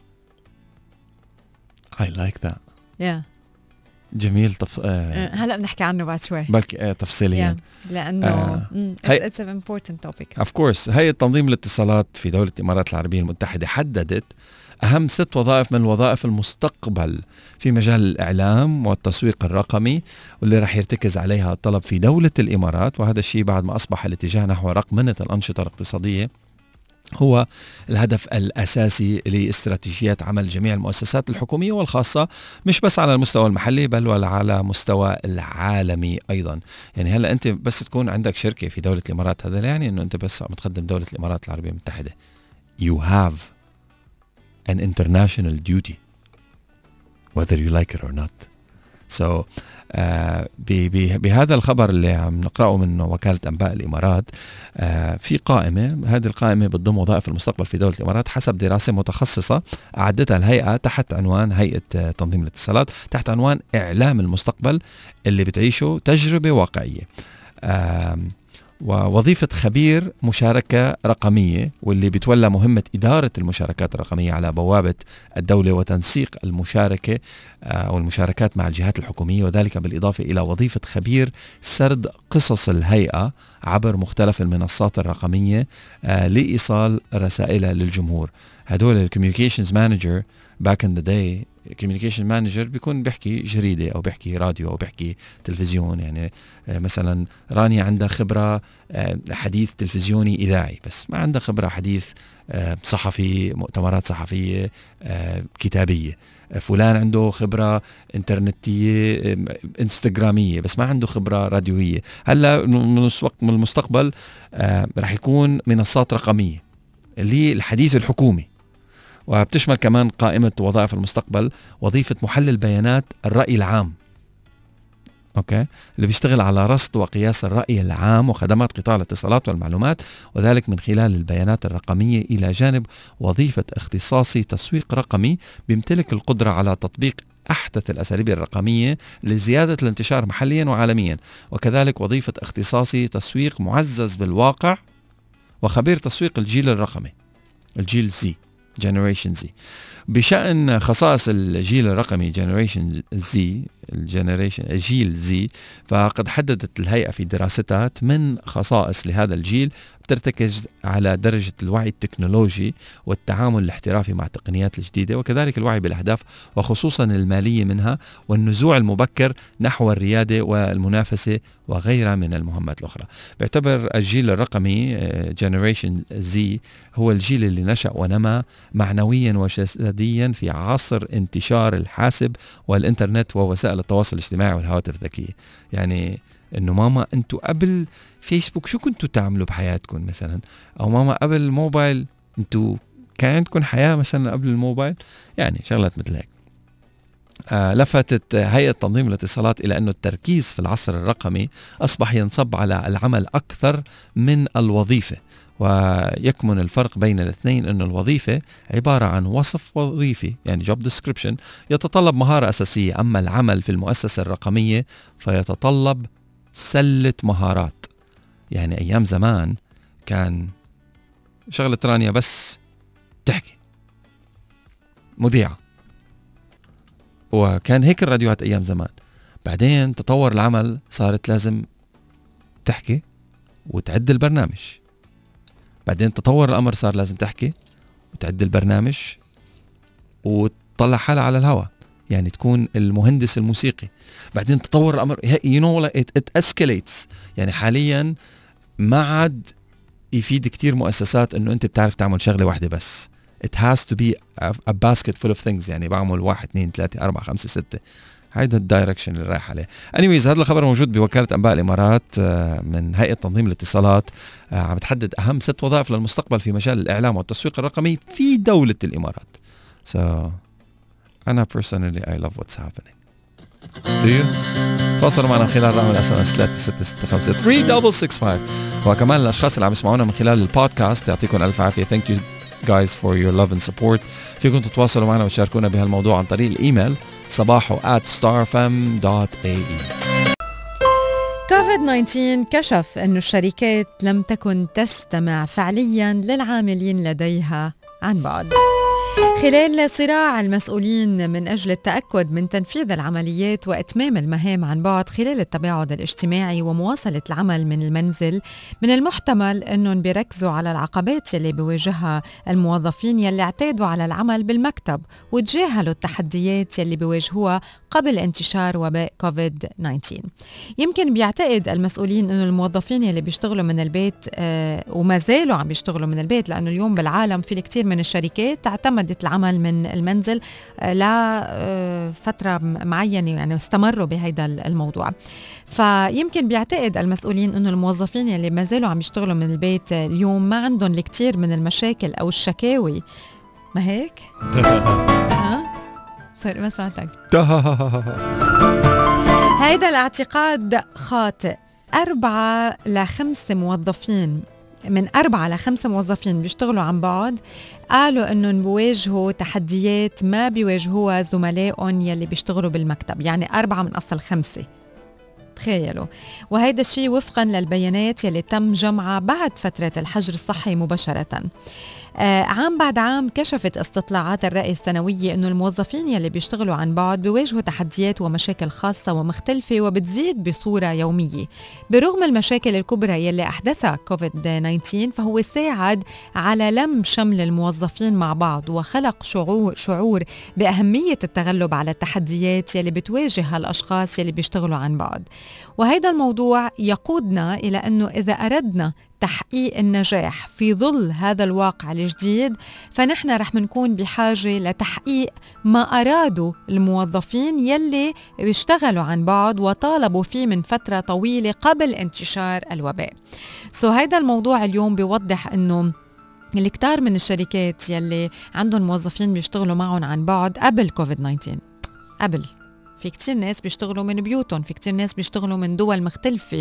I like that. yeah. جميل. هلا بنحكي عنه بعد شوي بلكي تفصيليا لأنه it's an important topic. of course. هيئة تنظيم الاتصالات في دولة الإمارات العربية المتحدة حددت أهم 6 وظائف من وظائف المستقبل في مجال الإعلام والتسويق الرقمي، واللي رح يرتكز عليها الطلب في دولة الإمارات. وهذا الشيء بعد ما أصبح الاتجاه نحو رقمنة الأنشطة الاقتصادية هو الهدف الأساسي لاستراتيجيات عمل جميع المؤسسات الحكومية والخاصة، مش بس على المستوى المحلي بل وعلى مستوى العالمي أيضا. يعني هلأ أنت بس تكون عندك شركة في دولة الإمارات، هذا لا يعني أنه أنت بس عم تخدم دولة الإمارات العربية المتحدة. You have an international duty whether you like it or not. So بهذا الخبر اللي عم نقرأه من وكالة أنباء الإمارات، في قائمة، هذه القائمة بتضم وظائف المستقبل في دولة الإمارات حسب دراسة متخصصة أعدتها الهيئة تحت عنوان هيئة تنظيم الاتصالات، تحت عنوان إعلام المستقبل اللي بتعيشه تجربة واقعية. ووظيفة خبير مشاركة رقمية، واللي بتولى مهمة إدارة المشاركات الرقمية على بوابة الدولة وتنسيق المشاركة والمشاركات مع الجهات الحكومية، وذلك بالإضافة إلى وظيفة خبير سرد قصص الهيئة عبر مختلف المنصات الرقمية لإيصال رسائلها للجمهور. هدول الكوميونيكيشنز مانجر back in the day، communication manager بيكون بيحكي جريدة أو بيحكي راديو أو بيحكي تلفزيون. يعني مثلا رانيا عندها خبرة حديث تلفزيوني إذاعي، بس ما عندها خبرة حديث صحفي، مؤتمرات صحفية كتابية. فلان عنده خبرة انترنتية انستغرامية، بس ما عنده خبرة راديوية. هلا من المستقبل رح يكون منصات رقمية للحديث الحكومي، وبتشمل كمان قائمة وظائف المستقبل وظيفة محلل بيانات الرأي العام، أوكي، اللي بيشتغل على رصد وقياس الرأي العام وخدمات قطاع الاتصالات والمعلومات، وذلك من خلال البيانات الرقمية، إلى جانب وظيفة اختصاصي تسويق رقمي بيمتلك القدرة على تطبيق أحدث الأساليب الرقمية لزيادة الانتشار محليا وعالميا، وكذلك وظيفة اختصاصي تسويق معزز بالواقع وخبير تسويق الجيل الرقمي، الجيل Z Generation Z. بشأن خصائص الجيل الرقمي Generation Z، الجيل Z، فقد حددت الهيئة في دراستها 8 خصائص لهذا الجيل ترتكز على درجة الوعي التكنولوجي والتعامل الاحترافي مع التقنيات الجديدة، وكذلك الوعي بالأهداف وخصوصا المالية منها، والنزوع المبكر نحو الريادة والمنافسة وغيرها من المهمات الأخرى. بيعتبر الجيل الرقمي Generation Z هو الجيل اللي نشأ ونمى معنويا وجسديا في عصر انتشار الحاسب والإنترنت ووسائل التواصل الاجتماعي والهواتف الذكية. يعني إنه ماما أنتوا قبل فيسبوك شو كنتوا تعملوا بحياتكم مثلا، أو ماما قبل الموبايل أنتوا كان عندكم حياة مثلا قبل الموبايل، يعني شغلات مثل هيك. لفتت هيئة تنظيم الاتصالات إلى أنه التركيز في العصر الرقمي أصبح ينصب على العمل أكثر من الوظيفة، ويكمن الفرق بين الاثنين أن الوظيفة عبارة عن وصف وظيفي، يعني job description، يتطلب مهارة أساسية، أما العمل في المؤسسة الرقمية فيتطلب سلة مهارات. يعني أيام زمان كان شغلة رانيا بس تحكي مذيعة، وكان هيك الراديوهات أيام زمان. بعدين تطور العمل، صارت لازم تحكي وتعد البرنامج. بعدين تطور الأمر، صار لازم تحكي وتعد البرنامج وتطلع حالها على الهواء، يعني تكون المهندس الموسيقي. بعدين تطور الأمر you know it escalates. يعني حاليا ما عاد يفيد كتير مؤسسات انه انت بتعرف تعمل شغلة واحدة بس. it has to be a basket full of things، يعني بعمل 1 2 3 4 5 6. هيدا الدايركشن اللي رايح عليه. anyways هذا الخبر موجود بوكالة أنباء الإمارات من هيئة تنظيم الاتصالات، عم تحدد أهم 6 وظائف للمستقبل في مجال الإعلام والتسويق الرقمي في دولة الإمارات. so أنا personally I love what's happening. do you؟ تواصلوا معنا من خلال رقم الSMS 3665 وكمان الأشخاص اللي عم يسمعونا من خلال البودكاست يعطيكم ألف عافية. thank you guys for your love and support. فيكم تتواصلوا معنا وتشاركونا بهالموضوع عن طريق الإيميل صباحو@starfm.ae. كوفيد-19 كشف أن الشركات لم تكن تستمع فعليا للعاملين لديها عن بعد. خلال صراع المسؤولين من أجل التأكد من تنفيذ العمليات وإتمام المهام عن بعد خلال التباعد الاجتماعي ومواصلة العمل من المنزل، من المحتمل أنهم بيركزوا على العقبات يلي بيواجهها الموظفين يلي اعتادوا على العمل بالمكتب وتجاهلوا التحديات يلي بيواجهوها قبل انتشار وباء كوفيد-19. يمكن بيعتقد المسؤولين أنه الموظفين يلي بيشتغلوا من البيت وما زالوا عم بيشتغلوا من البيت، لأنه اليوم بالعالم في كتير من الشركات اعتمدت العمل من المنزل لفترة معينة، يعني استمروا بهذا الموضوع. فيمكن بيعتقد المسؤولين أنه الموظفين يلي ما زالوا عم يشتغلوا من البيت اليوم ما عندهم الكثير من المشاكل أو الشكاوي. ما هيك؟ صار ما سمعتك. هيدا الاعتقاد خاطئ. 4 ل 5 موظفين، من 4 ل 5 موظفين بيشتغلوا عن بعد قالوا انهم بيواجهوا تحديات ما بيواجهوها زملائهم يلي بيشتغلوا بالمكتب، يعني 4 من أصل 5. تخيلوا. وهيدا الشيء وفقا للبيانات يلي تم جمعها بعد فترة الحجر الصحي مباشرة. عام بعد عام كشفت استطلاعات الرأي السنوية أنه الموظفين يلي بيشتغلوا عن بعد بيواجهوا تحديات ومشاكل خاصة ومختلفة وبتزيد بصورة يومية. برغم المشاكل الكبرى يلي أحدثها كوفيد-19 فهو ساعد على لم شمل الموظفين مع بعض وخلق شعور بأهمية التغلب على التحديات يلي بتواجه الأشخاص يلي بيشتغلوا عن بعد. وهذا الموضوع يقودنا إلى أنه إذا أردنا تحقيق النجاح في ظل هذا الواقع الجديد فنحن رح نكون بحاجة لتحقيق ما أرادوا الموظفين يلي بيشتغلوا عن بعد وطالبوا فيه من فترة طويلة قبل انتشار الوباء. هيدا الموضوع اليوم بيوضح أنه الكتار من الشركات يلي عندهم موظفين بيشتغلوا معهم عن بعد قبل كوفيد-19، قبل في كتير ناس بيشتغلوا من بيوتهم، في كتير ناس بيشتغلوا من دول مختلفة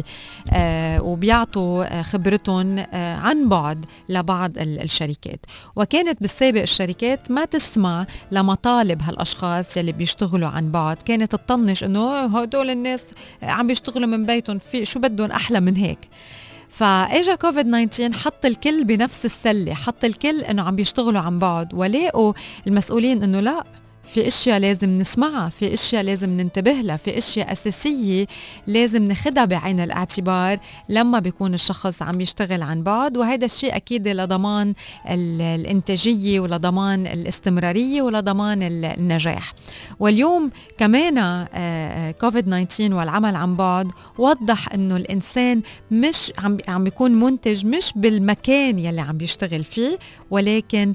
وبيعطوا خبرتهم عن بعد لبعض الشركات. وكانت بالسابق الشركات ما تسمع لمطالب هالأشخاص يلي بيشتغلوا عن بعد، كانت تطنش انه هدول الناس عم بيشتغلوا من بيتهم، في شو بدهم أحلى من هيك. فاجا كوفيد-19 حط الكل بنفس السلة، حط الكل انه عم بيشتغلوا عن بعد، ولاقوا المسؤولين انه لا، في اشياء لازم نسمعها، في اشياء لازم ننتبه لها، في اشياء اساسيه لازم ناخدها بعين الاعتبار لما بيكون الشخص عم يشتغل عن بعد. وهذا الشيء اكيد لضمان الانتاجيه ولضمان الاستمراريه ولضمان النجاح. واليوم كمان كوفيد-19 والعمل عن بعد وضح انه الانسان مش عم بيكون منتج مش بالمكان يلي عم بيشتغل فيه، ولكن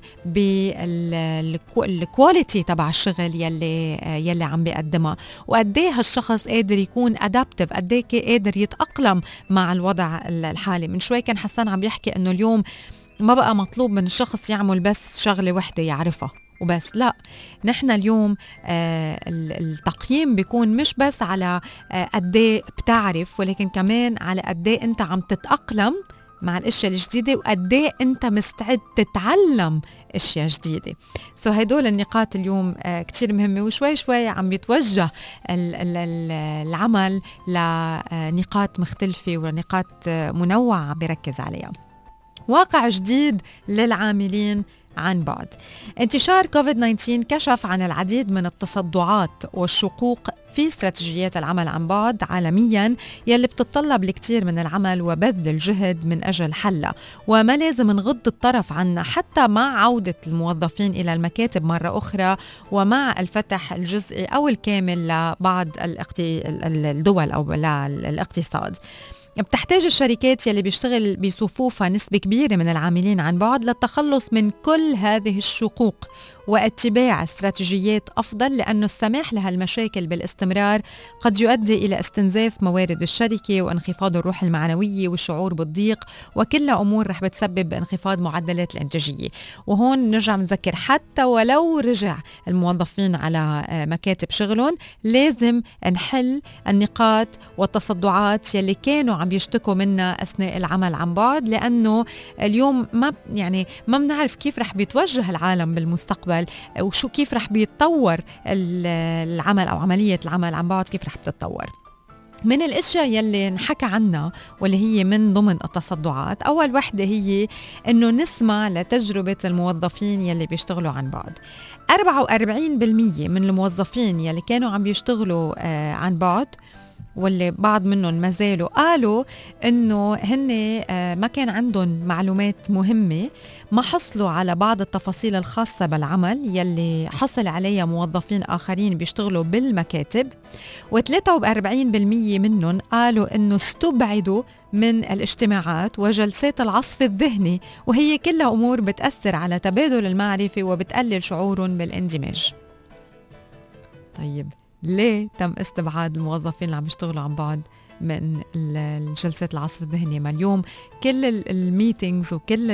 بالكواليتي تبع الشغل يلي عم بيقدمها، وقد ايه هالشخص قادر يكون ادابتيف، قد ايه قادر يتأقلم مع الوضع الحالي. من شوي كان حسان عم يحكي انه اليوم ما بقى مطلوب من الشخص يعمل بس شغلة وحدة يعرفها وبس، لا، نحن اليوم التقييم بيكون مش بس على قد ايه بتعرف، ولكن كمان على قد ايه انت عم تتأقلم مع الاشياء الجديده وقد ايه انت مستعد تتعلم اشياء جديده. هدول النقاط اليوم كتير مهمه، وشوي شوي عم يتوجه العمل لنقاط مختلفه ونقاط منوعه عم بيركز عليها. واقع جديد للعاملين عن بعد. انتشار كوفيد-19 كشف عن العديد من التصدعات والشقوق في استراتيجيات العمل عن بعد عالميا يلي بتتطلب الكثير من العمل وبذل الجهد من أجل حلها، وما لازم نغض الطرف عنها حتى مع عودة الموظفين إلى المكاتب مرة أخرى ومع الفتح الجزئي أو الكامل لبعض الدول أو الاقتصاد. بتحتاج الشركات يلي بيشتغل بصفوفها نسبة كبيرة من العاملين عن بعد للتخلص من كل هذه الشقوق واتباع استراتيجيات أفضل، لأنه السماح لهالمشاكل بالاستمرار قد يؤدي إلى استنزاف موارد الشركة وانخفاض الروح المعنوية والشعور بالضيق، وكلها أمور رح بتسبب انخفاض معدلات الإنتاجية. وهون نرجع نذكر حتى ولو رجع الموظفين على مكاتب شغلهم لازم نحل النقاط والتصدعات يلي كانوا عم يشتكوا منها أثناء العمل عن بعد، لأنه اليوم ما بنعرف كيف رح بيتوجه العالم بالمستقبل وشو كيف رح بيتطور العمل أو عملية العمل عن بعد كيف رح بتتطور. من الاشياء يلي نحكى عنها واللي هي من ضمن التصدعات، اول وحده هي انه نسمع لتجربه الموظفين يلي بيشتغلوا عن بعد. 44% من الموظفين يلي كانوا عم بيشتغلوا عن بعد واللي بعض منهم ما زالوا قالوا انه هن ما كان عندهم معلومات مهمة، ما حصلوا على بعض التفاصيل الخاصة بالعمل يلي حصل عليها موظفين آخرين بيشتغلوا بالمكاتب. و43% منهم قالوا انه استبعدوا من الاجتماعات وجلسات العصف الذهني، وهي كلها أمور بتأثر على تبادل المعرفة وبتقلل شعورهم بالاندماج. طيب ليه تم استبعاد الموظفين اللي عم يشتغلوا عن بعد من الجلسات العصف الذهني؟ ما اليوم كل الميتينجز وكل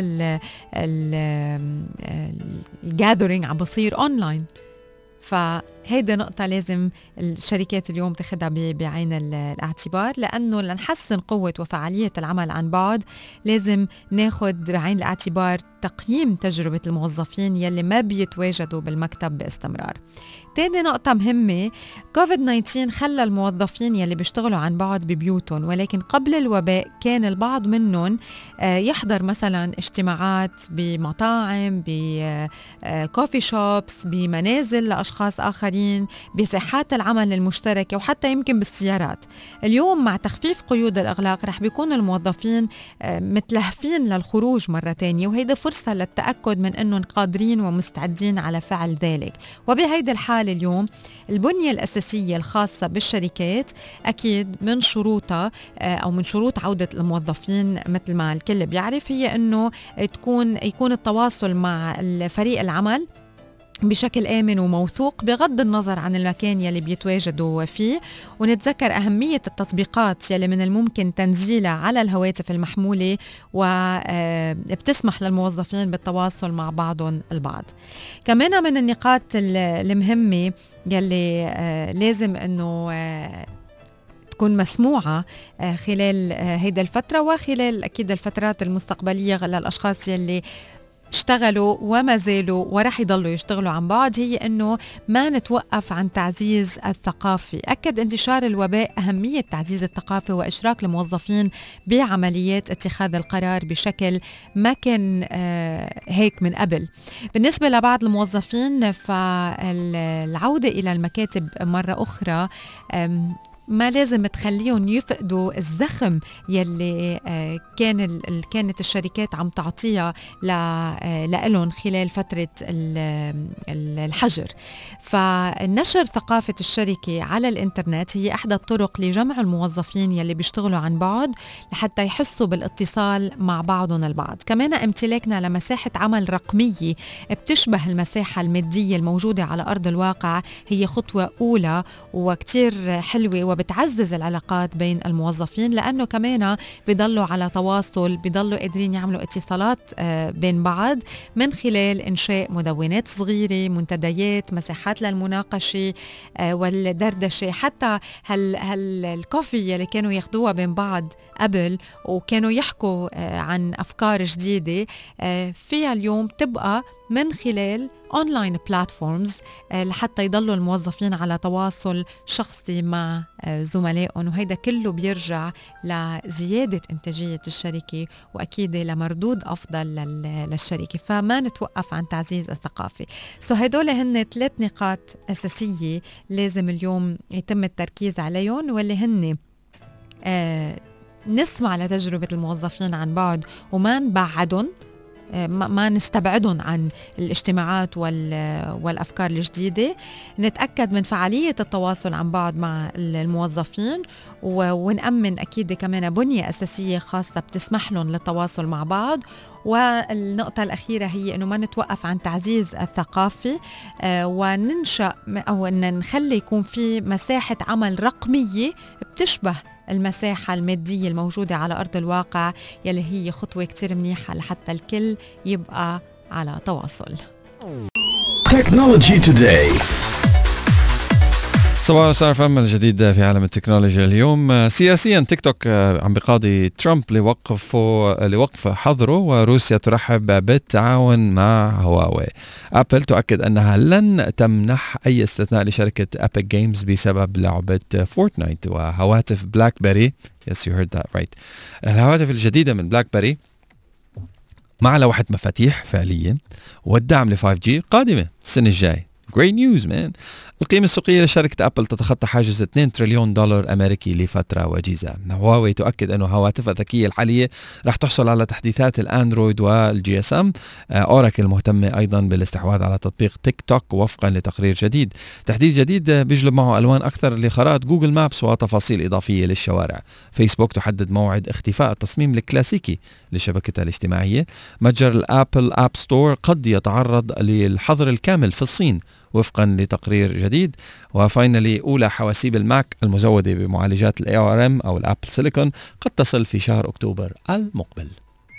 الجاذرينج عم بصير اونلاين، فهيدا نقطة لازم الشركات اليوم تاخدها بعين الاعتبار، لأنه لنحسن قوة وفعالية العمل عن بعد لازم ناخد بعين الاعتبار تقييم تجربة الموظفين يلي ما بيتواجدوا بالمكتب باستمرار. تاني نقطة مهمة، كوفيد-19 خلى الموظفين يلي بيشتغلوا عن بعد ببيوتهم، ولكن قبل الوباء كان البعض منهم يحضر مثلا اجتماعات بمطاعم، بكوفي شوبس، بمنازل لأشخاص آخرين، بساحات العمل المشتركة، وحتى يمكن بالسيارات. اليوم مع تخفيف قيود الإغلاق رح بيكون الموظفين متلهفين للخروج مرة تانية، وهيدا فرصة للتأكد من أنهم قادرين ومستعدين على فعل ذلك. وبهيدا الحال اليوم البنية الأساسية الخاصة بالشركات أكيد من شروطها أو من شروط عودة الموظفين مثل ما الكل بيعرف هي أنه يكون التواصل مع فريق العمل بشكل آمن وموثوق بغض النظر عن المكان يلي بيتواجدوا فيه. ونتذكر أهمية التطبيقات يلي من الممكن تنزيلها على الهواتف المحمولة وبتسمح للموظفين بالتواصل مع بعضهم البعض. كمان من النقاط المهمة يلي لازم أنه تكون مسموعة خلال هيدا الفترة وخلال أكيد الفترات المستقبلية للأشخاص يلي اشتغلوا وما زالوا ورح يضلوا يشتغلوا عن بعض، هي أنه ما نتوقف عن تعزيز الثقافة. أكد انتشار الوباء أهمية تعزيز الثقافة وإشراك الموظفين بعمليات اتخاذ القرار بشكل ما كان هيك من قبل. بالنسبة لبعض الموظفين فالعودة إلى المكاتب مرة أخرى ما لازم تخليهم يفقدوا الزخم يلي كانت الشركات عم تعطيها لهم خلال فترة الحجر. فنشر ثقافة الشركة على الإنترنت هي إحدى الطرق لجمع الموظفين يلي بيشتغلوا عن بعد لحتى يحسوا بالاتصال مع بعضهم البعض. كمان امتلاكنا لمساحة عمل رقمية بتشبه المساحة المادية الموجودة على أرض الواقع هي خطوة أولى وكتير حلوة بتعزز العلاقات بين الموظفين، لأنه كمان بيضلوا على تواصل، بيضلوا قادرين يعملوا اتصالات بين بعض من خلال إنشاء مدونات صغيرة، منتديات، مساحات للمناقشة والدردشة. حتى الكوفي اللي كانوا ياخدوها بين بعض قبل وكانوا يحكوا عن أفكار جديدة فيها اليوم تبقى من خلال أونلاين بلاتفورمز لحتى يضلوا الموظفين على تواصل شخصي مع زملائهم، وهيدا كله بيرجع لزيادة إنتاجية الشركة وأكيد لمردود أفضل للشركة. فما نتوقف عن تعزيز الثقافة. هيدول هن 3 نقاط أساسية لازم اليوم يتم التركيز عليهم، واللي هن نسمع لتجربة الموظفين عن بعد وما نبعدهم، ما نستبعدهم عن الاجتماعات والأفكار الجديدة، نتأكد من فعالية التواصل عن بعد مع الموظفين، ونأمن أكيد كمان بنية أساسية خاصة بتسمح لهم للتواصل مع بعض. والنقطة الأخيرة هي أنه ما نتوقف عن تعزيز الثقافة وننشأ أو أن نخلي يكون في مساحة عمل رقمية بتشبه المساحة المادية الموجودة على أرض الواقع، يلي هي خطوة كتير منيحة لحتى الكل يبقى على تواصل. Technology Today. صباح الخير فهم الجديد في عالم التكنولوجيا اليوم. سياسيا تيك توك عم بقاضي ترامب لوقف حظره، وروسيا ترحب بالتعاون مع هواوي. أبل تؤكد أنها لن تمنح أي استثناء لشركة أبيك جيمز بسبب لعبة فورتنايت. وهواتف بلاك بيري yes you heard that right الهواتف الجديدة من بلاك بيري مع لوحة مفاتيح فعلية والدعم ل 5G قادمة السنة الجاي. Great news man. القيمة السوقية لشركة أبل تتخطى حاجز $2 تريليون أمريكي لفترة وجيزة. هواوي تؤكد أنه هواتفها الذكية الحالية رح تحصل على تحديثات الأندرويد والجي اس ام. أوراكل مهتمة أيضا بالاستحواذ على تطبيق تيك توك وفقا لتقرير جديد. تحديث جديد بيجلب معه ألوان أكثر لخرائط جوجل مابس وتفاصيل إضافية للشوارع. فيسبوك تحدد موعد اختفاء التصميم الكلاسيكي لشبكتها الاجتماعية. متجر الأبل أب ستور قد يتعرض للحظر الكامل في الصين وفقا لتقرير جديد. وفاينلي أولى حواسيب الماك المزودة بمعالجات ال ARM أو الأبل سيليكون قد تصل في شهر أكتوبر المقبل.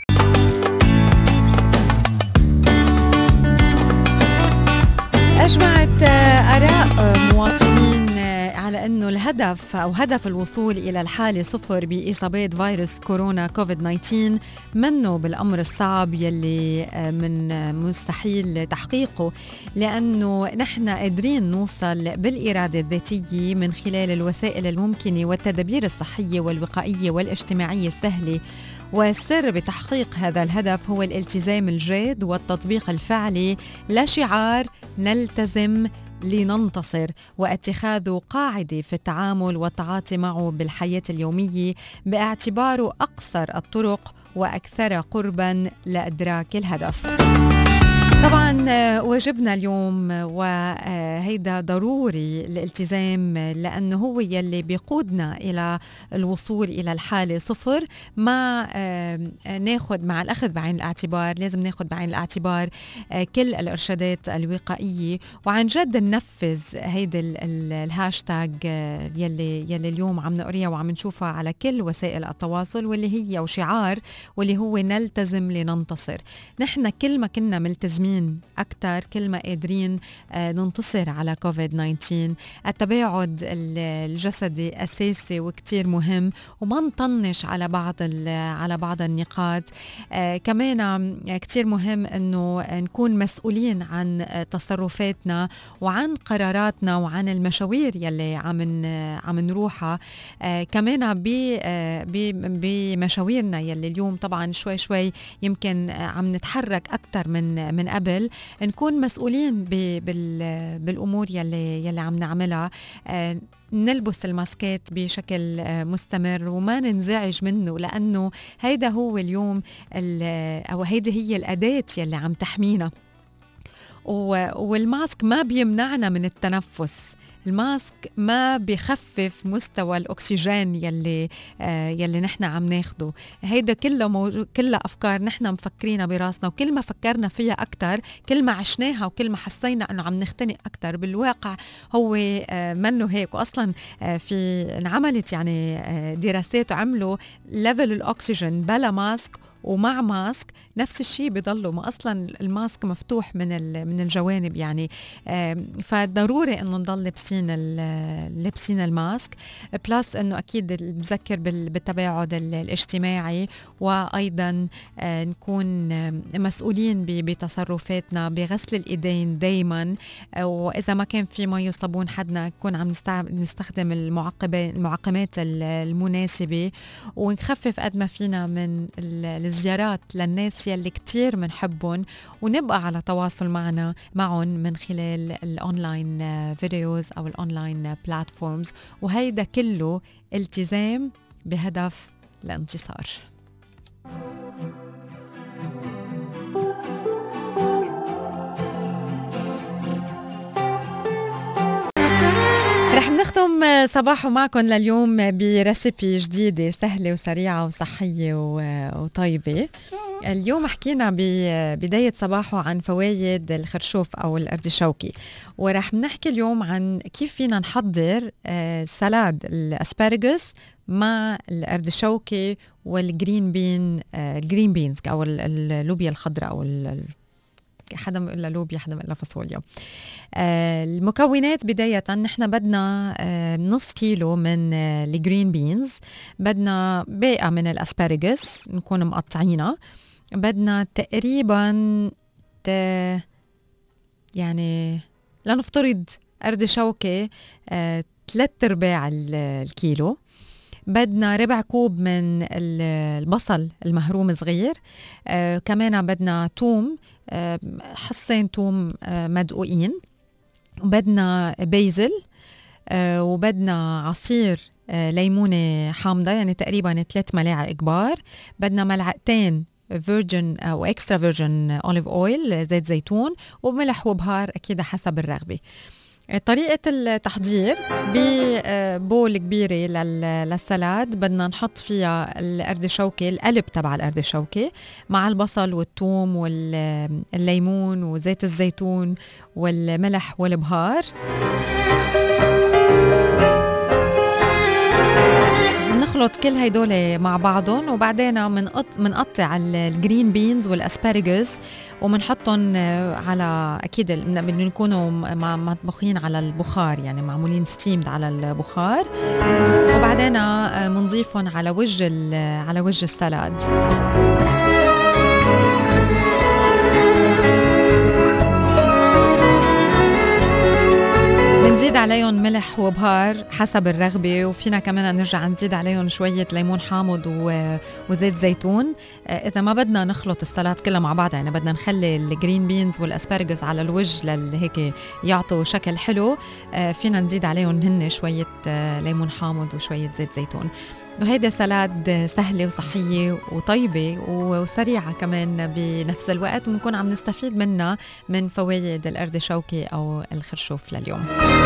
أجمعت آراء مواطنين على أنه الهدف أو هدف الوصول إلى الحالة 0 بإصابات فيروس كورونا كوفيد-19 منه بالأمر الصعب يلي من مستحيل تحقيقه، لأنه نحن قادرين نوصل بالإرادة الذاتية من خلال الوسائل الممكنة والتدابير الصحية والوقائية والاجتماعية السهلة. والسر بتحقيق هذا الهدف هو الالتزام الجاد والتطبيق الفعلي لشعار نلتزم لننتصر، واتخاذ قاعدة في التعامل والتعاطي معه بالحياة اليومية باعتباره أقصر الطرق وأكثر قرباً لإدراك الهدف. طبعا واجبنا اليوم وهيدا ضروري الالتزام، لأنه هو يلي بيقودنا إلى الوصول إلى الحالة 0. ما ناخد مع الأخذ بعين الاعتبار، لازم ناخد بعين الاعتبار كل الإرشادات الوقائية، وعن جد ننفذ هيدا الهاشتاج يلي اليوم عم نقريها وعم نشوفها على كل وسائل التواصل، واللي هي وشعار واللي هو نلتزم لننتصر. نحن كل ما كنا ملتزمين أكتر كل ما قادرين ننتصر على كوفيد-19. التباعد الجسدي أساسي وكتير مهم، وما نطنش على بعض النقاط. كمان كتير مهم أنه نكون مسؤولين عن تصرفاتنا وعن قراراتنا وعن المشاوير يلي عم نروحها. كمان بمشاويرنا يلي اليوم طبعا شوي يمكن عم نتحرك أكتر من قبل، نكون مسؤولين بالأمور يلي عم نعملها. نلبس الماسكات بشكل مستمر وما ننزعج منه، لأنه هيدا هو اليوم أو هيدي هي الأداة يلي عم تحمينا. والماسك ما بيمنعنا من التنفس، الماسك ما بيخفف مستوى الأكسجين يلي نحن عم ناخده. هيدا كلها أفكار نحن مفكرينها براسنا، وكل ما فكرنا فيها أكتر كل ما عشناها وكل ما حسينا أنه عم نختنق أكتر. بالواقع هو منه هيك. وأصلا في انعملت يعني دراسات عملوا ليفل الأكسجين بلا ماسك ومع ماسك نفس الشيء بيضلوا، ما أصلا الماسك مفتوح من الجوانب يعني. فضروري إنه نضل لابسين الماسك، بلس إنه أكيد بذكر بالتباعد الاجتماعي، وأيضا نكون مسؤولين بتصرفاتنا، بغسل الإيدين دايما، وإذا ما كان في مي وصابون حدنا نكون عم نستخدم المعقمات المناسبة، ونخفف قد ما فينا من الزيارات للناس يلي كتير منحبهم، ونبقى على تواصل معهم من خلال الأونلاين فيديوز أو الأونلاين بلاتفورمز. وهيدا كله التزام بهدف الانتصار. رح نختم صباحو معكم لليوم بريسيبي جديدة سهلة وسريعة وصحية وطيبة. اليوم حكينا ببداية صباحو عن فوايد الخرشوف أو الأردشوكي، ورح نحكي اليوم عن كيف فينا نحضر سلاد الأسبارغوس مع الأردشوكي والجرين بينز أو اللوبيا الخضراء أو حدا بيقول لها لوبيا، حدا بيقول لها فاصوليا. المكونات بداية نحن بدنا نص كيلو من الجرين بينز، بدنا باقة من الأسبارجس نكون مقطعينها، بدنا تقريبا يعني لنفترض أردشوكة 3/4 الكيلو. بدنا ربع كوب من البصل المهروم صغير، كمان بدنا توم، حصين توم مدقوقين، وبدنا بيزل، وبدنا عصير ليمونة حامضة يعني تقريبا 3 ملاعق كبار. بدنا ملعقتين فيرجن أو إكسترا فيرجن أوليف أويل زيت زيتون، وملح وبهار أكيد حسب الرغبة. طريقة التحضير: ببول كبيرة للسلاد بدنا نحط فيها الأردشوكة، القلب تبع الأردشوكة مع البصل والثوم والليمون وزيت الزيتون والملح والبهار. نخلط كل هيدول مع بعضهم، وبعدين منقطع الجرين بينز والاسبارجس ومنحطهم على، اكيد بدهم يكونوا مطبوخين على البخار، يعني معمولين ستيمد على البخار، وبعدين منضيفهم على وجه السلاد. بنزيد عليهم ملح وبهار حسب الرغبة، وفينا كمان نرجع نزيد عليهم شوية ليمون حامض وزيت زيتون. إذا ما بدنا نخلط السلطة كلها مع بعض، يعني بدنا نخلي الجرين بينز والأسبارجس على الوجه هيك يعطوا شكل حلو، فينا نزيد عليهم هن شوية ليمون حامض وشوية زيت زيتون. وهيدا سلاد سهلة وصحية وطيبة وسريعة كمان بنفس الوقت، ونكون عم نستفيد منها من فوائد الأردشوكة أو الخرشوف لليوم.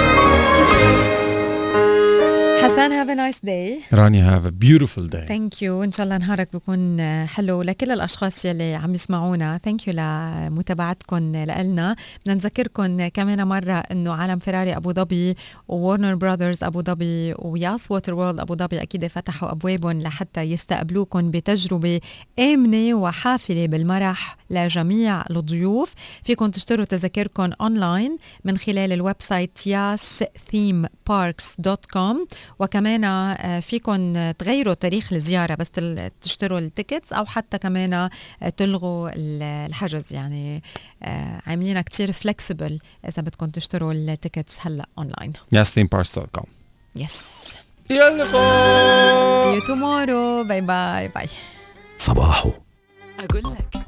حسن have a nice day. رانيا have a beautiful day. Thank you. إن شاء الله نهارك بيكون حلو. لكل الأشخاص يلي عم يسمعونا thank you لمتابعتكم لنا. بدنا نذكركم كمان مرة إنه عالم فيراري أبو ظبي وورنر براذرز أبو ظبي وياس ووتر وورلد أبو ظبي أكيد فتحوا أبوابهم لحتى يستقبلوكم بتجربة آمنة وحافلة بالمرح لجميع الضيوف. فيكم تشتروا تذاكركم أونلاين من خلال الويب سايت yasthemeparks.com، وكمان فيكم تغيروا تاريخ الزيارة بس تشتروا التيكتس، أو حتى كمان تلغوا الحجز، يعني عاملينها كتير فلكسبل إذا بدكم تشتروا التيكتس هلأ أونلاين. yasthemeparks.com. Yes. يلا See you tomorrow. باي باي باي. صباحو أقول لك